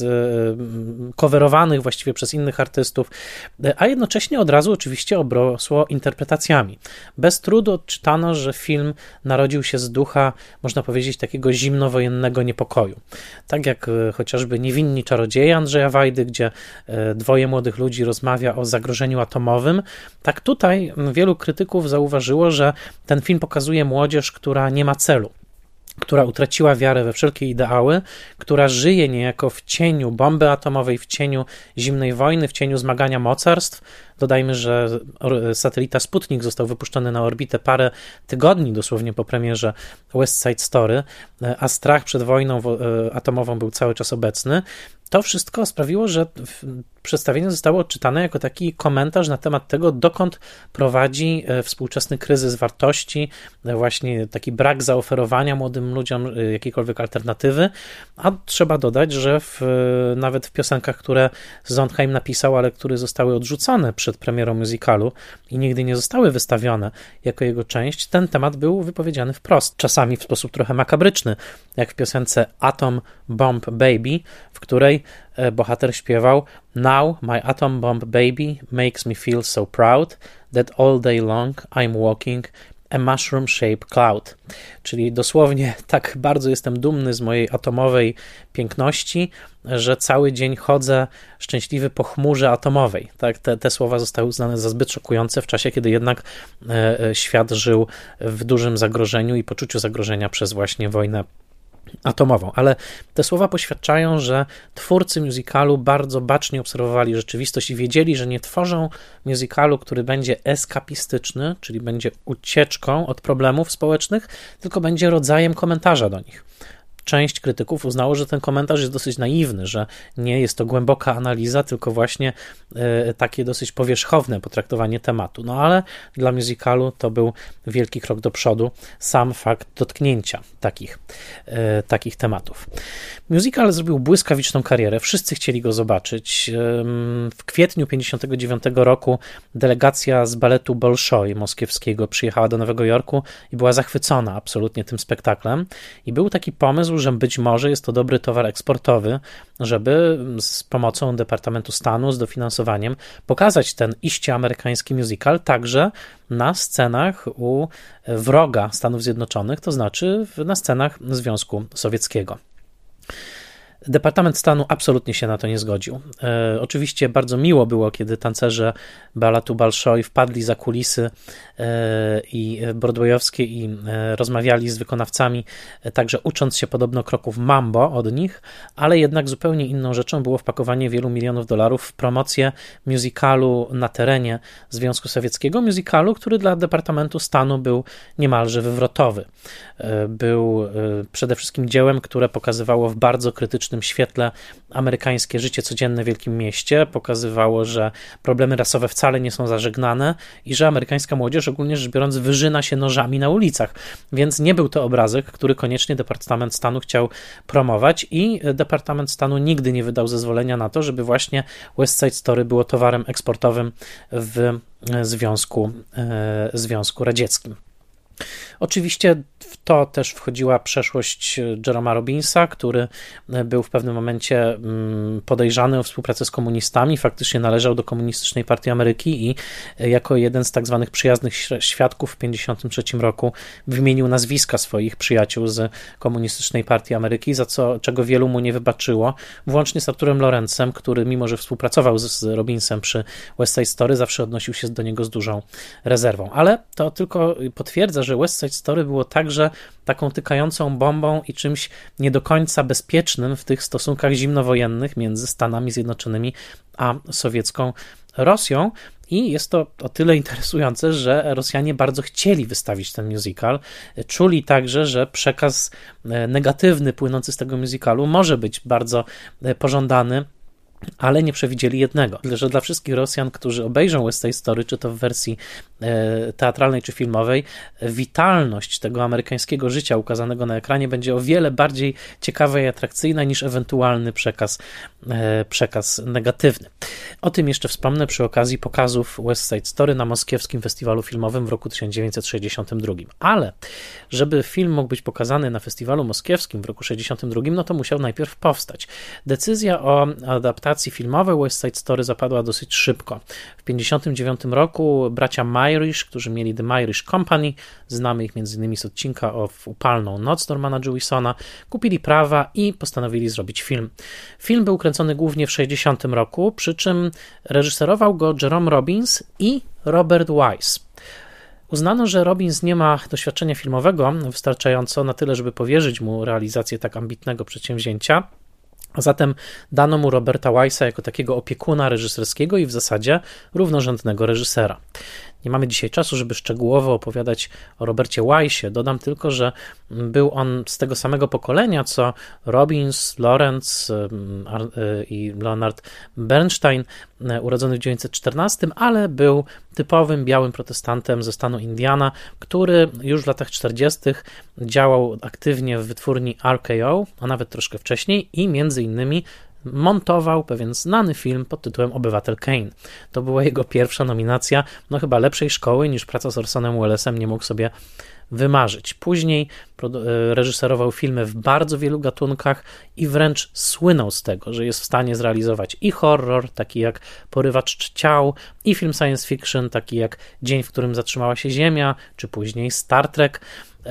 coverowanych właściwie przez innych artystów, a jednocześnie od razu oczywiście obrosło interpretacjami. Bez trudu odczytano, że film narodził się z ducha, można powiedzieć, takiego zimnowojennego niepokoju. Tak jak chociażby Niewinni czarodzieje Andrzeja Wajdy, gdzie dwoje młodych ludzi rozmawia o zagrożeniu atomowym, tak tutaj wielu krytyków zauważyło, że ten film pokazuje młodzież, która nie ma celu, która utraciła wiarę we wszelkie ideały, która żyje niejako w cieniu bomby atomowej, w cieniu zimnej wojny, w cieniu zmagania mocarstw. Dodajmy, że satelita Sputnik został wypuszczony na orbitę parę tygodni dosłownie po premierze West Side Story, a strach przed wojną atomową był cały czas obecny. To wszystko sprawiło, że przedstawienie zostało odczytane jako taki komentarz na temat tego, dokąd prowadzi współczesny kryzys wartości, właśnie taki brak zaoferowania młodym ludziom jakiejkolwiek alternatywy, a trzeba dodać, że nawet w piosenkach, które Sondheim napisał, ale które zostały odrzucone przed premierą musicalu i nigdy nie zostały wystawione jako jego część, ten temat był wypowiedziany wprost, czasami w sposób trochę makabryczny, jak w piosence Atom Bomb Baby, w której bohater śpiewał: Now my atom bomb baby makes me feel so proud that all day long I'm walking a mushroom-shaped cloud. Czyli dosłownie tak bardzo jestem dumny z mojej atomowej piękności, że cały dzień chodzę szczęśliwy po chmurze atomowej. Tak, te słowa zostały uznane za zbyt szokujące w czasie, kiedy jednak świat żył w dużym zagrożeniu i poczuciu zagrożenia przez właśnie wojnę atomową, ale te słowa poświadczają, że twórcy musicalu bardzo bacznie obserwowali rzeczywistość i wiedzieli, że nie tworzą musicalu, który będzie eskapistyczny, czyli będzie ucieczką od problemów społecznych, tylko będzie rodzajem komentarza do nich. Część krytyków uznało, że ten komentarz jest dosyć naiwny, że nie jest to głęboka analiza, tylko właśnie takie dosyć powierzchowne potraktowanie tematu. No ale dla musicalu to był wielki krok do przodu, sam fakt dotknięcia takich tematów. Musical zrobił błyskawiczną karierę, wszyscy chcieli go zobaczyć. W kwietniu 1959 roku delegacja z baletu Bolszoi moskiewskiego przyjechała do Nowego Jorku i była zachwycona absolutnie tym spektaklem i był taki pomysł, że być może jest to dobry towar eksportowy, żeby z pomocą Departamentu Stanu, z dofinansowaniem pokazać ten iście amerykański musical także na scenach u wroga Stanów Zjednoczonych, to znaczy na scenach Związku Sowieckiego. Departament Stanu absolutnie się na to nie zgodził. Oczywiście bardzo miło było, kiedy tancerze baletu Bolszoi wpadli za kulisy i broadwayowskie i rozmawiali z wykonawcami, także ucząc się podobno kroków mambo od nich, ale jednak zupełnie inną rzeczą było wpakowanie wielu milionów dolarów w promocję musicalu na terenie Związku Sowieckiego, musicalu, który dla Departamentu Stanu był niemalże wywrotowy. Był przede wszystkim dziełem, które pokazywało w bardzo krytycznym świetle amerykańskie życie codzienne w wielkim mieście, pokazywało, że problemy rasowe wcale nie są zażegnane i że amerykańska młodzież, ogólnie rzecz biorąc, wyżyna się nożami na ulicach, więc nie był to obrazek, który koniecznie Departament Stanu chciał promować i Departament Stanu nigdy nie wydał zezwolenia na to, żeby właśnie West Side Story było towarem eksportowym w Związku Radzieckim. Oczywiście w to też wchodziła przeszłość Jeroma Robinsa, który był w pewnym momencie podejrzany o współpracę z komunistami, faktycznie należał do Komunistycznej Partii Ameryki i jako jeden z tak zwanych przyjaznych świadków w 1953 roku wymienił nazwiska swoich przyjaciół z Komunistycznej Partii Ameryki, czego wielu mu nie wybaczyło, włącznie z Arturem Lorenzem, który mimo, że współpracował z Robinsem przy West Side Story, zawsze odnosił się do niego z dużą rezerwą. Ale to tylko potwierdza, że West Side Story było także taką tykającą bombą i czymś nie do końca bezpiecznym w tych stosunkach zimnowojennych między Stanami Zjednoczonymi a sowiecką Rosją. I jest to o tyle interesujące, że Rosjanie bardzo chcieli wystawić ten musical. Czuli także, że przekaz negatywny płynący z tego musicalu może być bardzo pożądany, ale nie przewidzieli jednego, że dla wszystkich Rosjan, którzy obejrzą West Side Story, czy to w wersji teatralnej, czy filmowej, witalność tego amerykańskiego życia ukazanego na ekranie będzie o wiele bardziej ciekawa i atrakcyjna niż ewentualny przekaz negatywny. O tym jeszcze wspomnę przy okazji pokazów West Side Story na moskiewskim festiwalu filmowym w roku 1962. Ale żeby film mógł być pokazany na festiwalu moskiewskim w roku 1962, no to musiał najpierw powstać. Decyzja o adaptacji filmowej West Side Story zapadła dosyć szybko. W 1959 roku bracia Mayrish, którzy mieli The Mayrish Company, znamy ich m.in. z odcinka o Upalną Noc Normana Jewisona, kupili prawa i postanowili zrobić film. Film był kręcony głównie w 1960 roku, przy czym reżyserował go Jerome Robbins i Robert Wise. Uznano, że Robbins nie ma doświadczenia filmowego wystarczająco na tyle, żeby powierzyć mu realizację tak ambitnego przedsięwzięcia. A zatem dano mu Roberta Wise'a jako takiego opiekuna reżyserskiego i w zasadzie równorzędnego reżysera. Nie mamy dzisiaj czasu, żeby szczegółowo opowiadać o Robercie Wise'ie. Dodam tylko, że był on z tego samego pokolenia, co Robbins, Lawrence i Leonard Bernstein, urodzony w 1914, ale był typowym białym protestantem ze stanu Indiana, który już w latach 40. działał aktywnie w wytwórni RKO, a nawet troszkę wcześniej i między innymi montował pewien znany film pod tytułem Obywatel Kane. To była jego pierwsza nominacja, no chyba lepszej szkoły niż praca z Orsonem Wellesem nie mógł sobie wymarzyć. Później reżyserował filmy w bardzo wielu gatunkach i wręcz słynął z tego, że jest w stanie zrealizować i horror, taki jak Porywacz ciał, i film science fiction, taki jak Dzień, w którym zatrzymała się Ziemia, czy później Star Trek,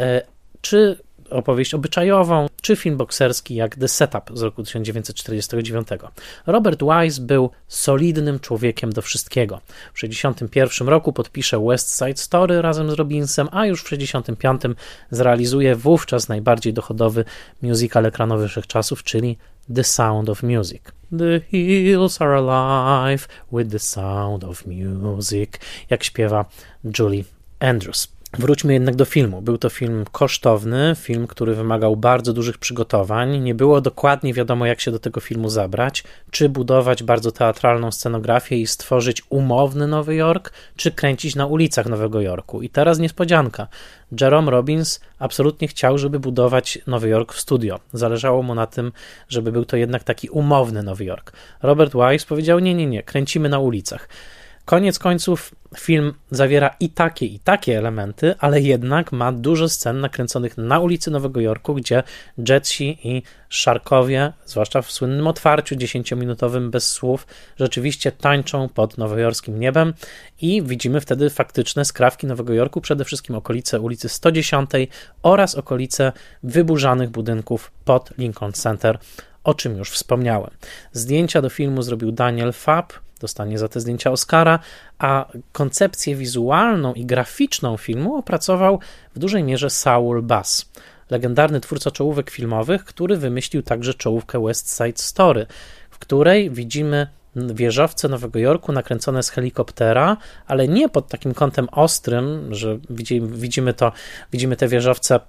czy opowieść obyczajową, czy film bokserski jak The Setup z roku 1949. Robert Wise był solidnym człowiekiem do wszystkiego. W 1961 roku podpisze West Side Story razem z Robinsem, a już w 1965 zrealizuje wówczas najbardziej dochodowy musical ekranowy wszechczasów, czyli The Sound of Music. The hills are alive with the sound of music, jak śpiewa Julie Andrews. Wróćmy jednak do filmu. Był to film kosztowny, film, który wymagał bardzo dużych przygotowań. Nie było dokładnie wiadomo, jak się do tego filmu zabrać, czy budować bardzo teatralną scenografię i stworzyć umowny Nowy Jork, czy kręcić na ulicach Nowego Jorku. I teraz niespodzianka. Jerome Robbins absolutnie chciał, żeby budować Nowy Jork w studio. Zależało mu na tym, żeby był to jednak taki umowny Nowy Jork. Robert Wise powiedział, nie, kręcimy na ulicach. Koniec końców film zawiera i takie elementy, ale jednak ma dużo scen nakręconych na ulicy Nowego Jorku, gdzie Jetsi i Szarkowie, zwłaszcza w słynnym otwarciu 10-minutowym bez słów, rzeczywiście tańczą pod nowojorskim niebem i widzimy wtedy faktyczne skrawki Nowego Jorku, przede wszystkim okolice ulicy 110 oraz okolice wyburzanych budynków pod Lincoln Center, o czym już wspomniałem. Zdjęcia do filmu zrobił Daniel Fabb, dostanie za te zdjęcia Oscara, a koncepcję wizualną i graficzną filmu opracował w dużej mierze Saul Bass, legendarny twórca czołówek filmowych, który wymyślił także czołówkę West Side Story, w której widzimy wieżowce Nowego Jorku nakręcone z helikoptera, ale nie pod takim kątem ostrym, że widzimy te wieżowce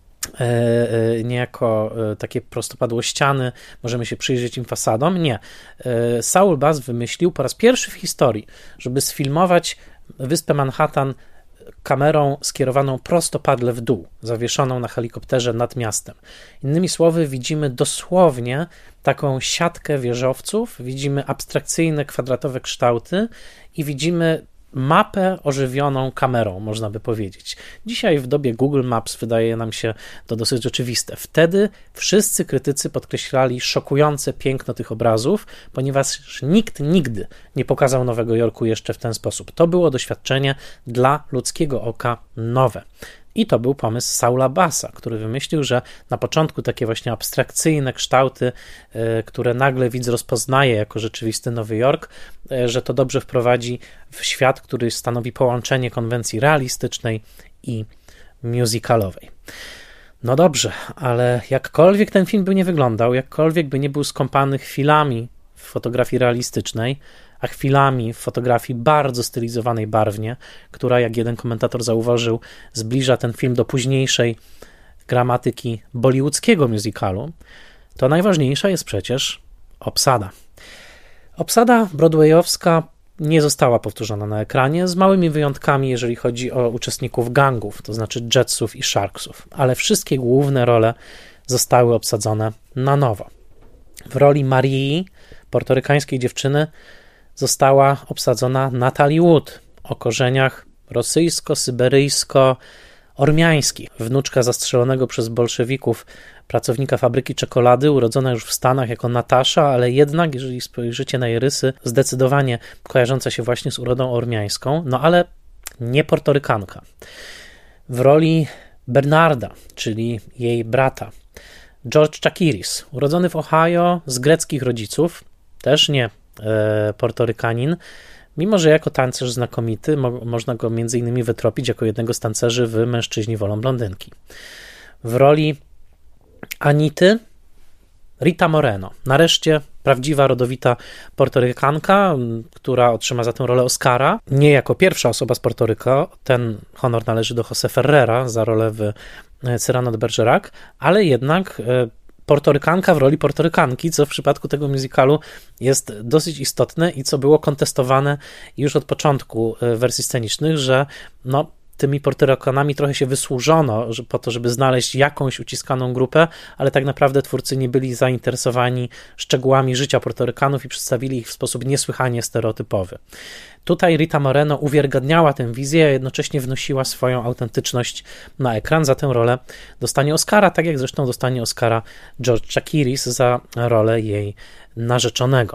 niejako takie prostopadłościany, możemy się przyjrzeć im fasadom. Nie. Saul Bass wymyślił po raz pierwszy w historii, żeby sfilmować wyspę Manhattan kamerą skierowaną prostopadle w dół, zawieszoną na helikopterze nad miastem. Innymi słowy, widzimy dosłownie taką siatkę wieżowców, widzimy abstrakcyjne, kwadratowe kształty i widzimy mapę ożywioną kamerą, można by powiedzieć. Dzisiaj w dobie Google Maps wydaje nam się to dosyć oczywiste. Wtedy wszyscy krytycy podkreślali szokujące piękno tych obrazów, ponieważ nikt nigdy nie pokazał Nowego Jorku jeszcze w ten sposób. To było doświadczenie dla ludzkiego oka nowe. I to był pomysł Saula Bassa, który wymyślił, że na początku takie właśnie abstrakcyjne kształty, które nagle widz rozpoznaje jako rzeczywisty Nowy Jork, że to dobrze wprowadzi w świat, który stanowi połączenie konwencji realistycznej i musicalowej. No dobrze, ale jakkolwiek ten film by nie wyglądał, jakkolwiek by nie był skąpany chwilami w fotografii realistycznej, a chwilami w fotografii bardzo stylizowanej barwnie, która, jak jeden komentator zauważył, zbliża ten film do późniejszej gramatyki bollywoodzkiego musicalu, to najważniejsza jest przecież obsada. Obsada broadwayowska nie została powtórzona na ekranie, z małymi wyjątkami, jeżeli chodzi o uczestników gangów, to znaczy Jetsów i Sharksów, ale wszystkie główne role zostały obsadzone na nowo. W roli Marii, portorykańskiej dziewczyny, została obsadzona Natalie Wood o korzeniach rosyjsko-syberyjsko-ormiańskich. Wnuczka zastrzelonego przez bolszewików pracownika fabryki czekolady, urodzona już w Stanach jako Natasza, ale jednak, jeżeli spojrzycie na jej rysy, zdecydowanie kojarząca się właśnie z urodą ormiańską, no ale nie portorykanka. W roli Bernarda, czyli jej brata, George Chakiris, urodzony w Ohio z greckich rodziców, też nie portorykanin, mimo że jako tancerz znakomity można go między innymi wytropić jako jednego z tancerzy w Mężczyźni wolą blondynki. W roli Anity Rita Moreno. Nareszcie prawdziwa, rodowita portorykanka, która otrzyma za tę rolę Oscara. Nie jako pierwsza osoba z Portoryko, ten honor należy do José Ferrera za rolę w Cyrano de Bergerac, ale jednak portorykanka w roli portorykanki, co w przypadku tego musicalu jest dosyć istotne i co było kontestowane już od początku wersji scenicznych, że tymi portorykanami trochę się wysłużono po to, żeby znaleźć jakąś uciskaną grupę, ale tak naprawdę twórcy nie byli zainteresowani szczegółami życia portorykanów i przedstawili ich w sposób niesłychanie stereotypowy. Tutaj Rita Moreno uwiarygadniała tę wizję, a jednocześnie wnosiła swoją autentyczność na ekran. Za tę rolę dostanie Oscara, tak jak zresztą dostanie Oscara George Chakiris za rolę jej narzeczonego.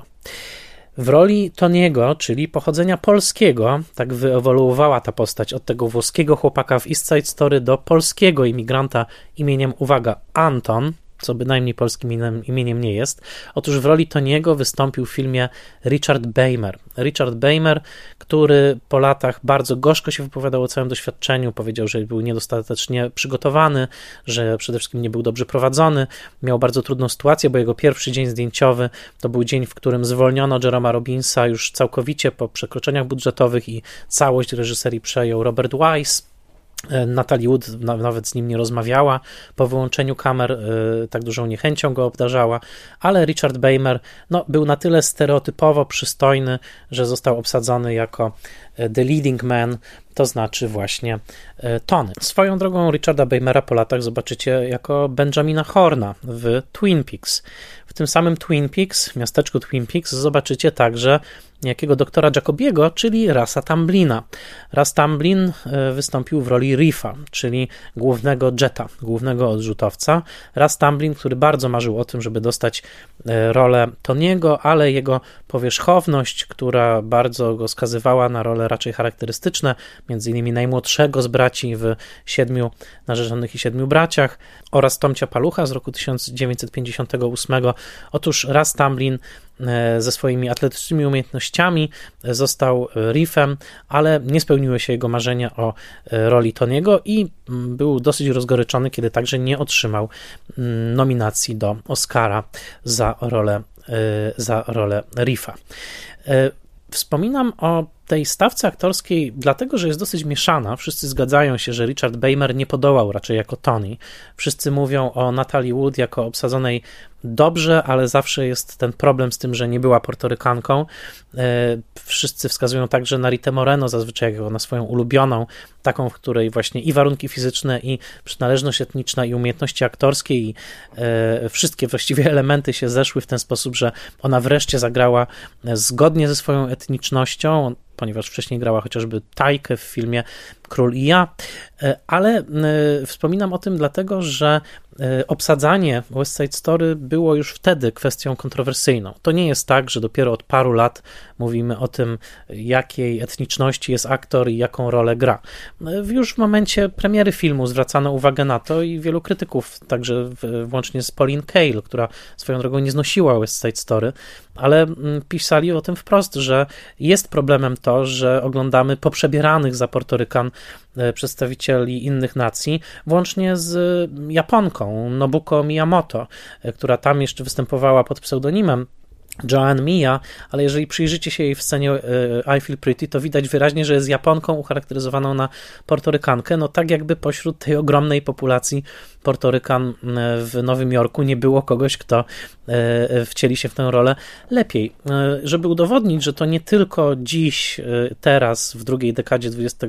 W roli Tony'ego, czyli pochodzenia polskiego, tak wyewoluowała ta postać od tego włoskiego chłopaka w East Side Story do polskiego imigranta imieniem, uwaga, Anton, co bynajmniej polskim imieniem nie jest. Otóż w roli Tony'ego wystąpił w filmie Richard Beymer. Richard Beymer, który po latach bardzo gorzko się wypowiadał o całym doświadczeniu, powiedział, że był niedostatecznie przygotowany, że przede wszystkim nie był dobrze prowadzony, miał bardzo trudną sytuację, bo jego pierwszy dzień zdjęciowy to był dzień, w którym zwolniono Jeroma Robbinsa już całkowicie po przekroczeniach budżetowych i całość reżyserii przejął Robert Wise. Natalie Wood nawet z nim nie rozmawiała, po wyłączeniu kamer tak dużą niechęcią go obdarzała, ale Richard Beymer był na tyle stereotypowo przystojny, że został obsadzony jako the leading man, to znaczy właśnie Tony. Swoją drogą Richarda Beymera po latach zobaczycie jako Benjamina Horna w Twin Peaks. W tym samym Twin Peaks, miasteczku Twin Peaks, zobaczycie także jakiego doktora Jacobiego, czyli Rasa Tamblina. Ras Tamblin wystąpił w roli Reefa, czyli głównego Jetta, głównego odrzutowca. Ras Tamblin, który bardzo marzył o tym, żeby dostać rolę Tony'ego, ale jego powierzchowność, która bardzo go skazywała na role raczej charakterystyczne, między innymi najmłodszego z braci w 7 narzeczonych i 7 braciach, oraz Tomcia Palucha z roku 1958. Otóż Ras Tamblin ze swoimi atletycznymi umiejętnościami został Reefem, ale nie spełniły się jego marzenia o roli Tony'ego i był dosyć rozgoryczony, kiedy także nie otrzymał nominacji do Oscara za rolę Reefa. Wspominam o tej stawce aktorskiej dlatego, że jest dosyć mieszana. Wszyscy zgadzają się, że Richard Beymer nie podołał raczej jako Tony. Wszyscy mówią o Natalie Wood jako obsadzonej dobrze, ale zawsze jest ten problem z tym, że nie była portorykanką. Wszyscy wskazują także na Ritę Moreno, zazwyczaj jako na swoją ulubioną, taką, w której właśnie i warunki fizyczne, i przynależność etniczna, i umiejętności aktorskie, i wszystkie właściwie elementy się zeszły w ten sposób, że ona wreszcie zagrała zgodnie ze swoją etnicznością, ponieważ wcześniej grała chociażby Tajkę w filmie Król i ja, ale wspominam o tym dlatego, że obsadzanie West Side Story było już wtedy kwestią kontrowersyjną. To nie jest tak, że dopiero od paru lat mówimy o tym, jakiej etniczności jest aktor i jaką rolę gra. Już w momencie premiery filmu zwracano uwagę na to i wielu krytyków, także włącznie z Pauline Kael, która swoją drogą nie znosiła West Side Story, ale pisali o tym wprost, że jest problemem to, że oglądamy poprzebieranych za Portorykan przedstawicieli innych nacji, włącznie z Japonką Nobuko Miyamoto, która tam jeszcze występowała pod pseudonimem Joanne Mia, ale jeżeli przyjrzycie się jej w scenie I Feel Pretty, to widać wyraźnie, że jest Japonką ucharakteryzowaną na Portorykankę, no tak jakby pośród tej ogromnej populacji Portorykan w Nowym Jorku nie było kogoś, kto wcieli się w tę rolę lepiej. Żeby udowodnić, że to nie tylko dziś, teraz, w drugiej dekadzie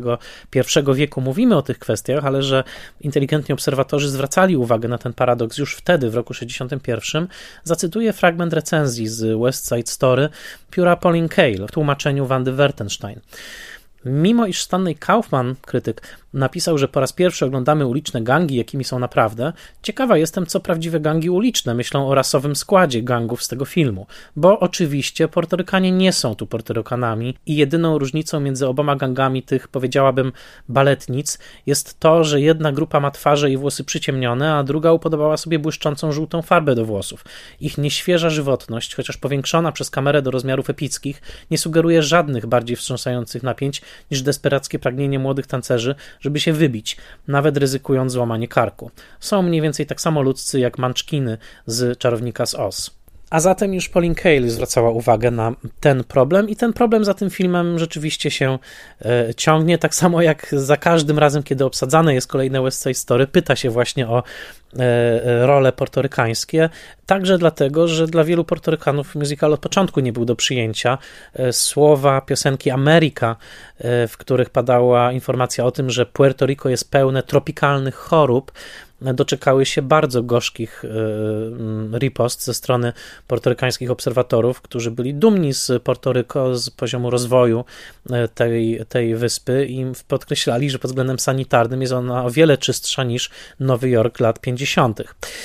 XXI wieku mówimy o tych kwestiach, ale że inteligentni obserwatorzy zwracali uwagę na ten paradoks już wtedy, w roku 1961, zacytuję fragment recenzji z West Side Story pióra Pauline Kael w tłumaczeniu Wandy Wertenstein. Mimo iż Stanley Kaufman, krytyk, napisał, że po raz pierwszy oglądamy uliczne gangi, jakimi są naprawdę, ciekawa jestem, co prawdziwe gangi uliczne myślą o rasowym składzie gangów z tego filmu, bo oczywiście Portorykanie nie są tu Portorykanami i jedyną różnicą między oboma gangami tych, powiedziałabym, baletnic jest to, że jedna grupa ma twarze i włosy przyciemnione, a druga upodobała sobie błyszczącą żółtą farbę do włosów. Ich nieświeża żywotność, chociaż powiększona przez kamerę do rozmiarów epickich, nie sugeruje żadnych bardziej wstrząsających napięć niż desperackie pragnienie młodych tancerzy, żeby się wybić, nawet ryzykując złamanie karku. Są mniej więcej tak samo ludzcy jak Munchkiny z Czarownika z Oz. A zatem już Pauline Kael zwracała uwagę na ten problem i ten problem za tym filmem rzeczywiście się ciągnie, tak samo jak za każdym razem, kiedy obsadzane jest kolejne West Side Story, pyta się właśnie o role portorykańskie, także dlatego, że dla wielu Portorykanów musical od początku nie był do przyjęcia. Słowa piosenki America, w których padała informacja o tym, że Puerto Rico jest pełne tropikalnych chorób, doczekały się bardzo gorzkich ripost ze strony portorykańskich obserwatorów, którzy byli dumni z Portoryko, z poziomu rozwoju tej wyspy i podkreślali, że pod względem sanitarnym jest ona o wiele czystsza niż Nowy Jork lat 50.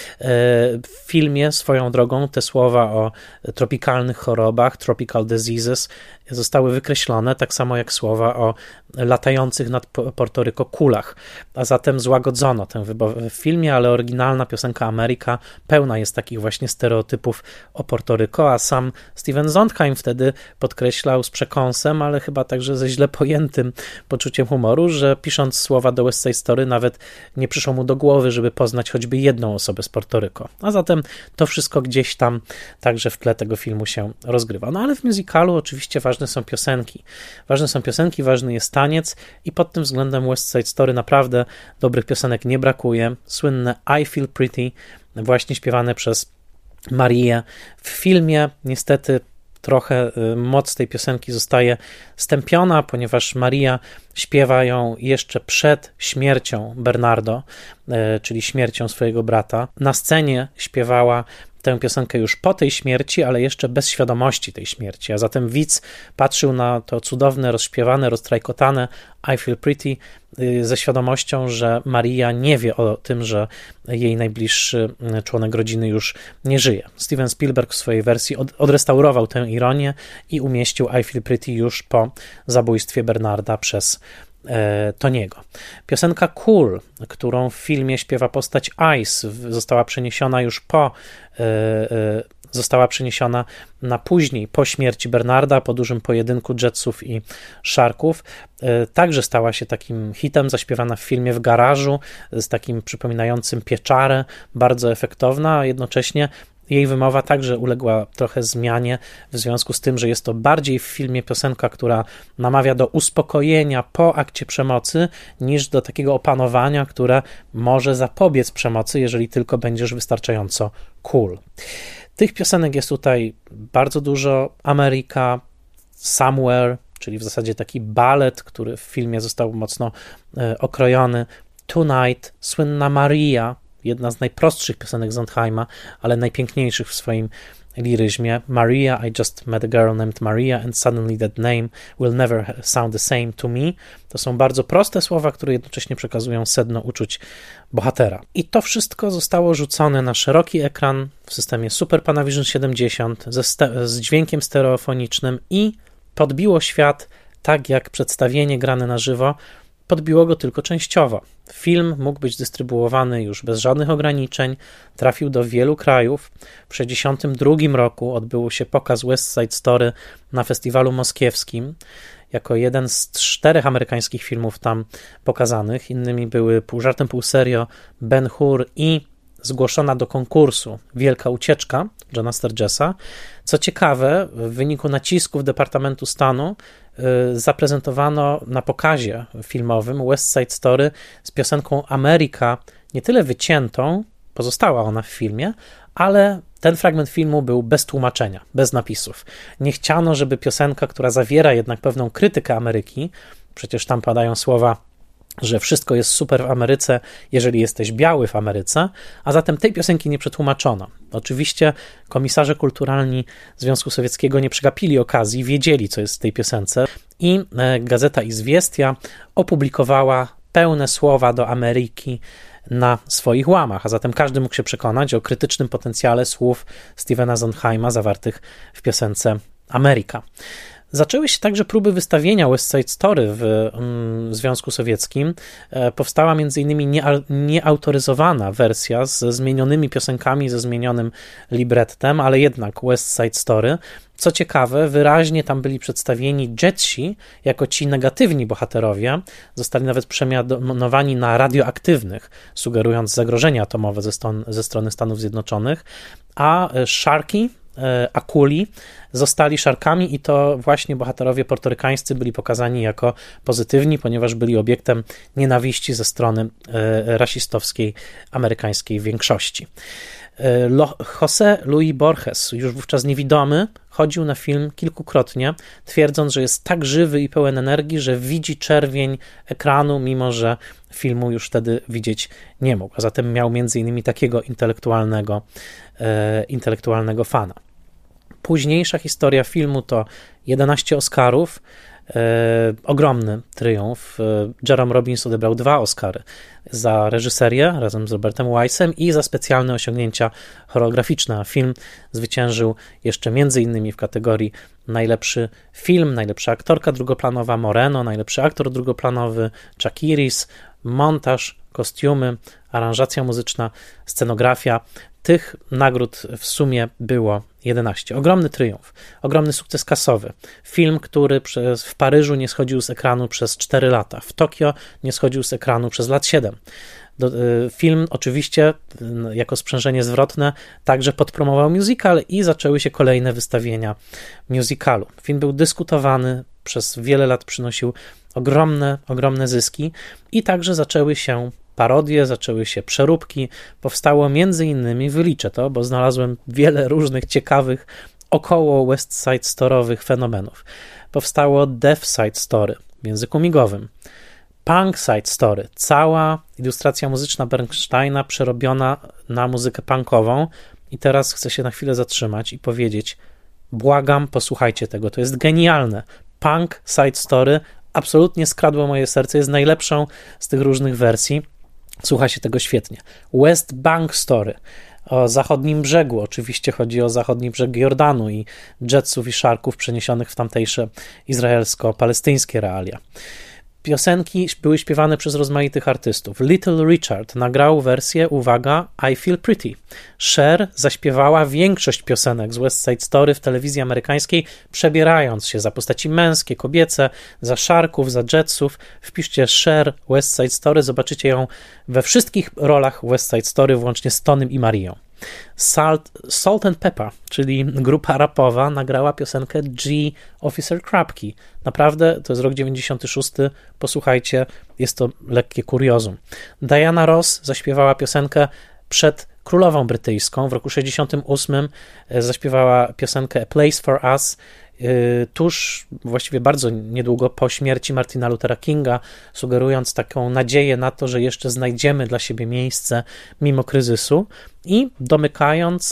W filmie swoją drogą te słowa o tropikalnych chorobach, tropical diseases, zostały wykreślone, tak samo jak słowa o latających nad Portoryko kulach, a zatem złagodzono tę wybawę w filmie, ale oryginalna piosenka America pełna jest takich właśnie stereotypów o Portoryko, a sam Steven Sondheim wtedy podkreślał z przekąsem, ale chyba także ze źle pojętym poczuciem humoru, że pisząc słowa do West Side Story nawet nie przyszło mu do głowy, żeby poznać choćby jedną osobę z Portoryko. A zatem to wszystko gdzieś tam także w tle tego filmu się rozgrywa. No ale w musicalu oczywiście ważne są piosenki. Ważne są piosenki, ważny jest taniec i pod tym względem West Side Story naprawdę dobrych piosenek nie brakuje. Słynne I Feel Pretty, właśnie śpiewane przez Marię. W filmie niestety trochę moc tej piosenki zostaje stępiona, ponieważ Maria śpiewa ją jeszcze przed śmiercią Bernardo, czyli śmiercią swojego brata. Na scenie śpiewała tę piosenkę już po tej śmierci, ale jeszcze bez świadomości tej śmierci, a zatem widz patrzył na to cudowne, rozśpiewane, roztrajkotane I Feel Pretty ze świadomością, że Maria nie wie o tym, że jej najbliższy członek rodziny już nie żyje. Steven Spielberg w swojej wersji odrestaurował tę ironię i umieścił I Feel Pretty już po zabójstwie Bernarda przez Toniego. Piosenka Cool, którą w filmie śpiewa postać Ice, została przeniesiona na później, po śmierci Bernarda, po dużym pojedynku Jetsów i Sharków. Także stała się takim hitem, zaśpiewana w filmie w garażu, z takim przypominającym pieczarę, bardzo efektowna, a jednocześnie jej wymowa także uległa trochę zmianie w związku z tym, że jest to bardziej w filmie piosenka, która namawia do uspokojenia po akcie przemocy, niż do takiego opanowania, które może zapobiec przemocy, jeżeli tylko będziesz wystarczająco cool. Tych piosenek jest tutaj bardzo dużo. America, Somewhere, czyli w zasadzie taki balet, który w filmie został mocno okrojony. Tonight, słynna Maria, jedna z najprostszych piosenek Sondheima, ale najpiękniejszych w swoim liryzmie. Maria, I just met a girl named Maria and suddenly that name will never sound the same to me. To są bardzo proste słowa, które jednocześnie przekazują sedno uczuć bohatera. I to wszystko zostało rzucone na szeroki ekran w systemie Super Panavision 70 z dźwiękiem stereofonicznym i podbiło świat tak jak przedstawienie grane na żywo podbiło go tylko częściowo. Film mógł być dystrybuowany już bez żadnych ograniczeń, trafił do wielu krajów. W 1962 roku odbył się pokaz West Side Story na festiwalu moskiewskim, jako jeden z 4 amerykańskich filmów tam pokazanych. Innymi były pół żartem, pół serio Ben-Hur i zgłoszona do konkursu Wielka Ucieczka Johna Sturgesa. Co ciekawe, w wyniku nacisków Departamentu Stanu zaprezentowano na pokazie filmowym West Side Story z piosenką America, nie tyle wyciętą, pozostała ona w filmie, ale ten fragment filmu był bez tłumaczenia, bez napisów. Nie chciano, żeby piosenka, która zawiera jednak pewną krytykę Ameryki, przecież tam padają słowa, że wszystko jest super w Ameryce, jeżeli jesteś biały w Ameryce, a zatem tej piosenki nie przetłumaczono. Oczywiście komisarze kulturalni Związku Sowieckiego nie przegapili okazji, wiedzieli, co jest w tej piosence i gazeta Izwiestia opublikowała pełne słowa do Ameryki na swoich łamach, a zatem każdy mógł się przekonać o krytycznym potencjale słów Stevena Sondheima zawartych w piosence Ameryka. Zaczęły się także próby wystawienia West Side Story w Związku Sowieckim. Powstała m.in. nieautoryzowana wersja ze zmienionymi piosenkami, ze zmienionym librettem, ale jednak West Side Story. Co ciekawe, wyraźnie tam byli przedstawieni Jetsi jako ci negatywni bohaterowie. Zostali nawet przemianowani na radioaktywnych, sugerując zagrożenie atomowe ze strony Stanów Zjednoczonych, a Sharki, akuli, zostali szarkami i to właśnie bohaterowie portorykańscy byli pokazani jako pozytywni, ponieważ byli obiektem nienawiści ze strony rasistowskiej amerykańskiej większości. José Luis Borges, już wówczas niewidomy, chodził na film kilkukrotnie, twierdząc, że jest tak żywy i pełen energii, że widzi czerwień ekranu, mimo że filmu już wtedy widzieć nie mógł. A zatem miał między innymi takiego intelektualnego fana. Późniejsza historia filmu to 11 Oscarów, ogromny triumf. Jerome Robbins odebrał 2 Oscary za reżyserię razem z Robertem Weissem i za specjalne osiągnięcia choreograficzne. Film zwyciężył jeszcze m.in. w kategorii najlepszy film, najlepsza aktorka drugoplanowa Moreno, najlepszy aktor drugoplanowy Chuck Iris, montaż, kostiumy, aranżacja muzyczna, scenografia. Tych nagród w sumie było 11. Ogromny triumf, ogromny sukces kasowy. Film, który w Paryżu nie schodził z ekranu przez 4 lata, w Tokio nie schodził z ekranu przez lat 7. Film oczywiście jako sprzężenie zwrotne także podpromował musical i zaczęły się kolejne wystawienia musicalu. Film był dyskutowany, przez wiele lat przynosił ogromne zyski i także zaczęły się parodie, zaczęły się przeróbki, powstało między innymi, wyliczę to, bo znalazłem wiele różnych ciekawych około West Side Story'owych fenomenów. Powstało Deaf Side Story w języku migowym, Punk Side Story, cała ilustracja muzyczna Bernsteina przerobiona na muzykę punkową i teraz chcę się na chwilę zatrzymać i powiedzieć, błagam, posłuchajcie tego, to jest genialne. Punk Side Story absolutnie skradło moje serce, jest najlepszą z tych różnych wersji. Słucha się tego świetnie. West Bank Story o zachodnim brzegu, oczywiście chodzi o zachodni brzeg Jordanu i Jetsów i Sharków przeniesionych w tamtejsze izraelsko-palestyńskie realia. Piosenki były śpiewane przez rozmaitych artystów. Little Richard nagrał wersję, uwaga, I Feel Pretty. Cher zaśpiewała większość piosenek z West Side Story w telewizji amerykańskiej, przebierając się za postaci męskie, kobiece, za Sharków, za Jetsów. Wpiszcie Cher West Side Story, zobaczycie ją we wszystkich rolach West Side Story, włącznie z Tonym i Marią. Salt and Pepper, czyli grupa rapowa, nagrała piosenkę G Officer Krapke. Naprawdę, to jest rok 96, posłuchajcie, jest to lekkie kuriozum. Diana Ross zaśpiewała piosenkę przed królową brytyjską. W roku 68 zaśpiewała piosenkę A Place for Us, tuż, właściwie bardzo niedługo po śmierci Martina Luthera Kinga, sugerując taką nadzieję na to, że jeszcze znajdziemy dla siebie miejsce mimo kryzysu i domykając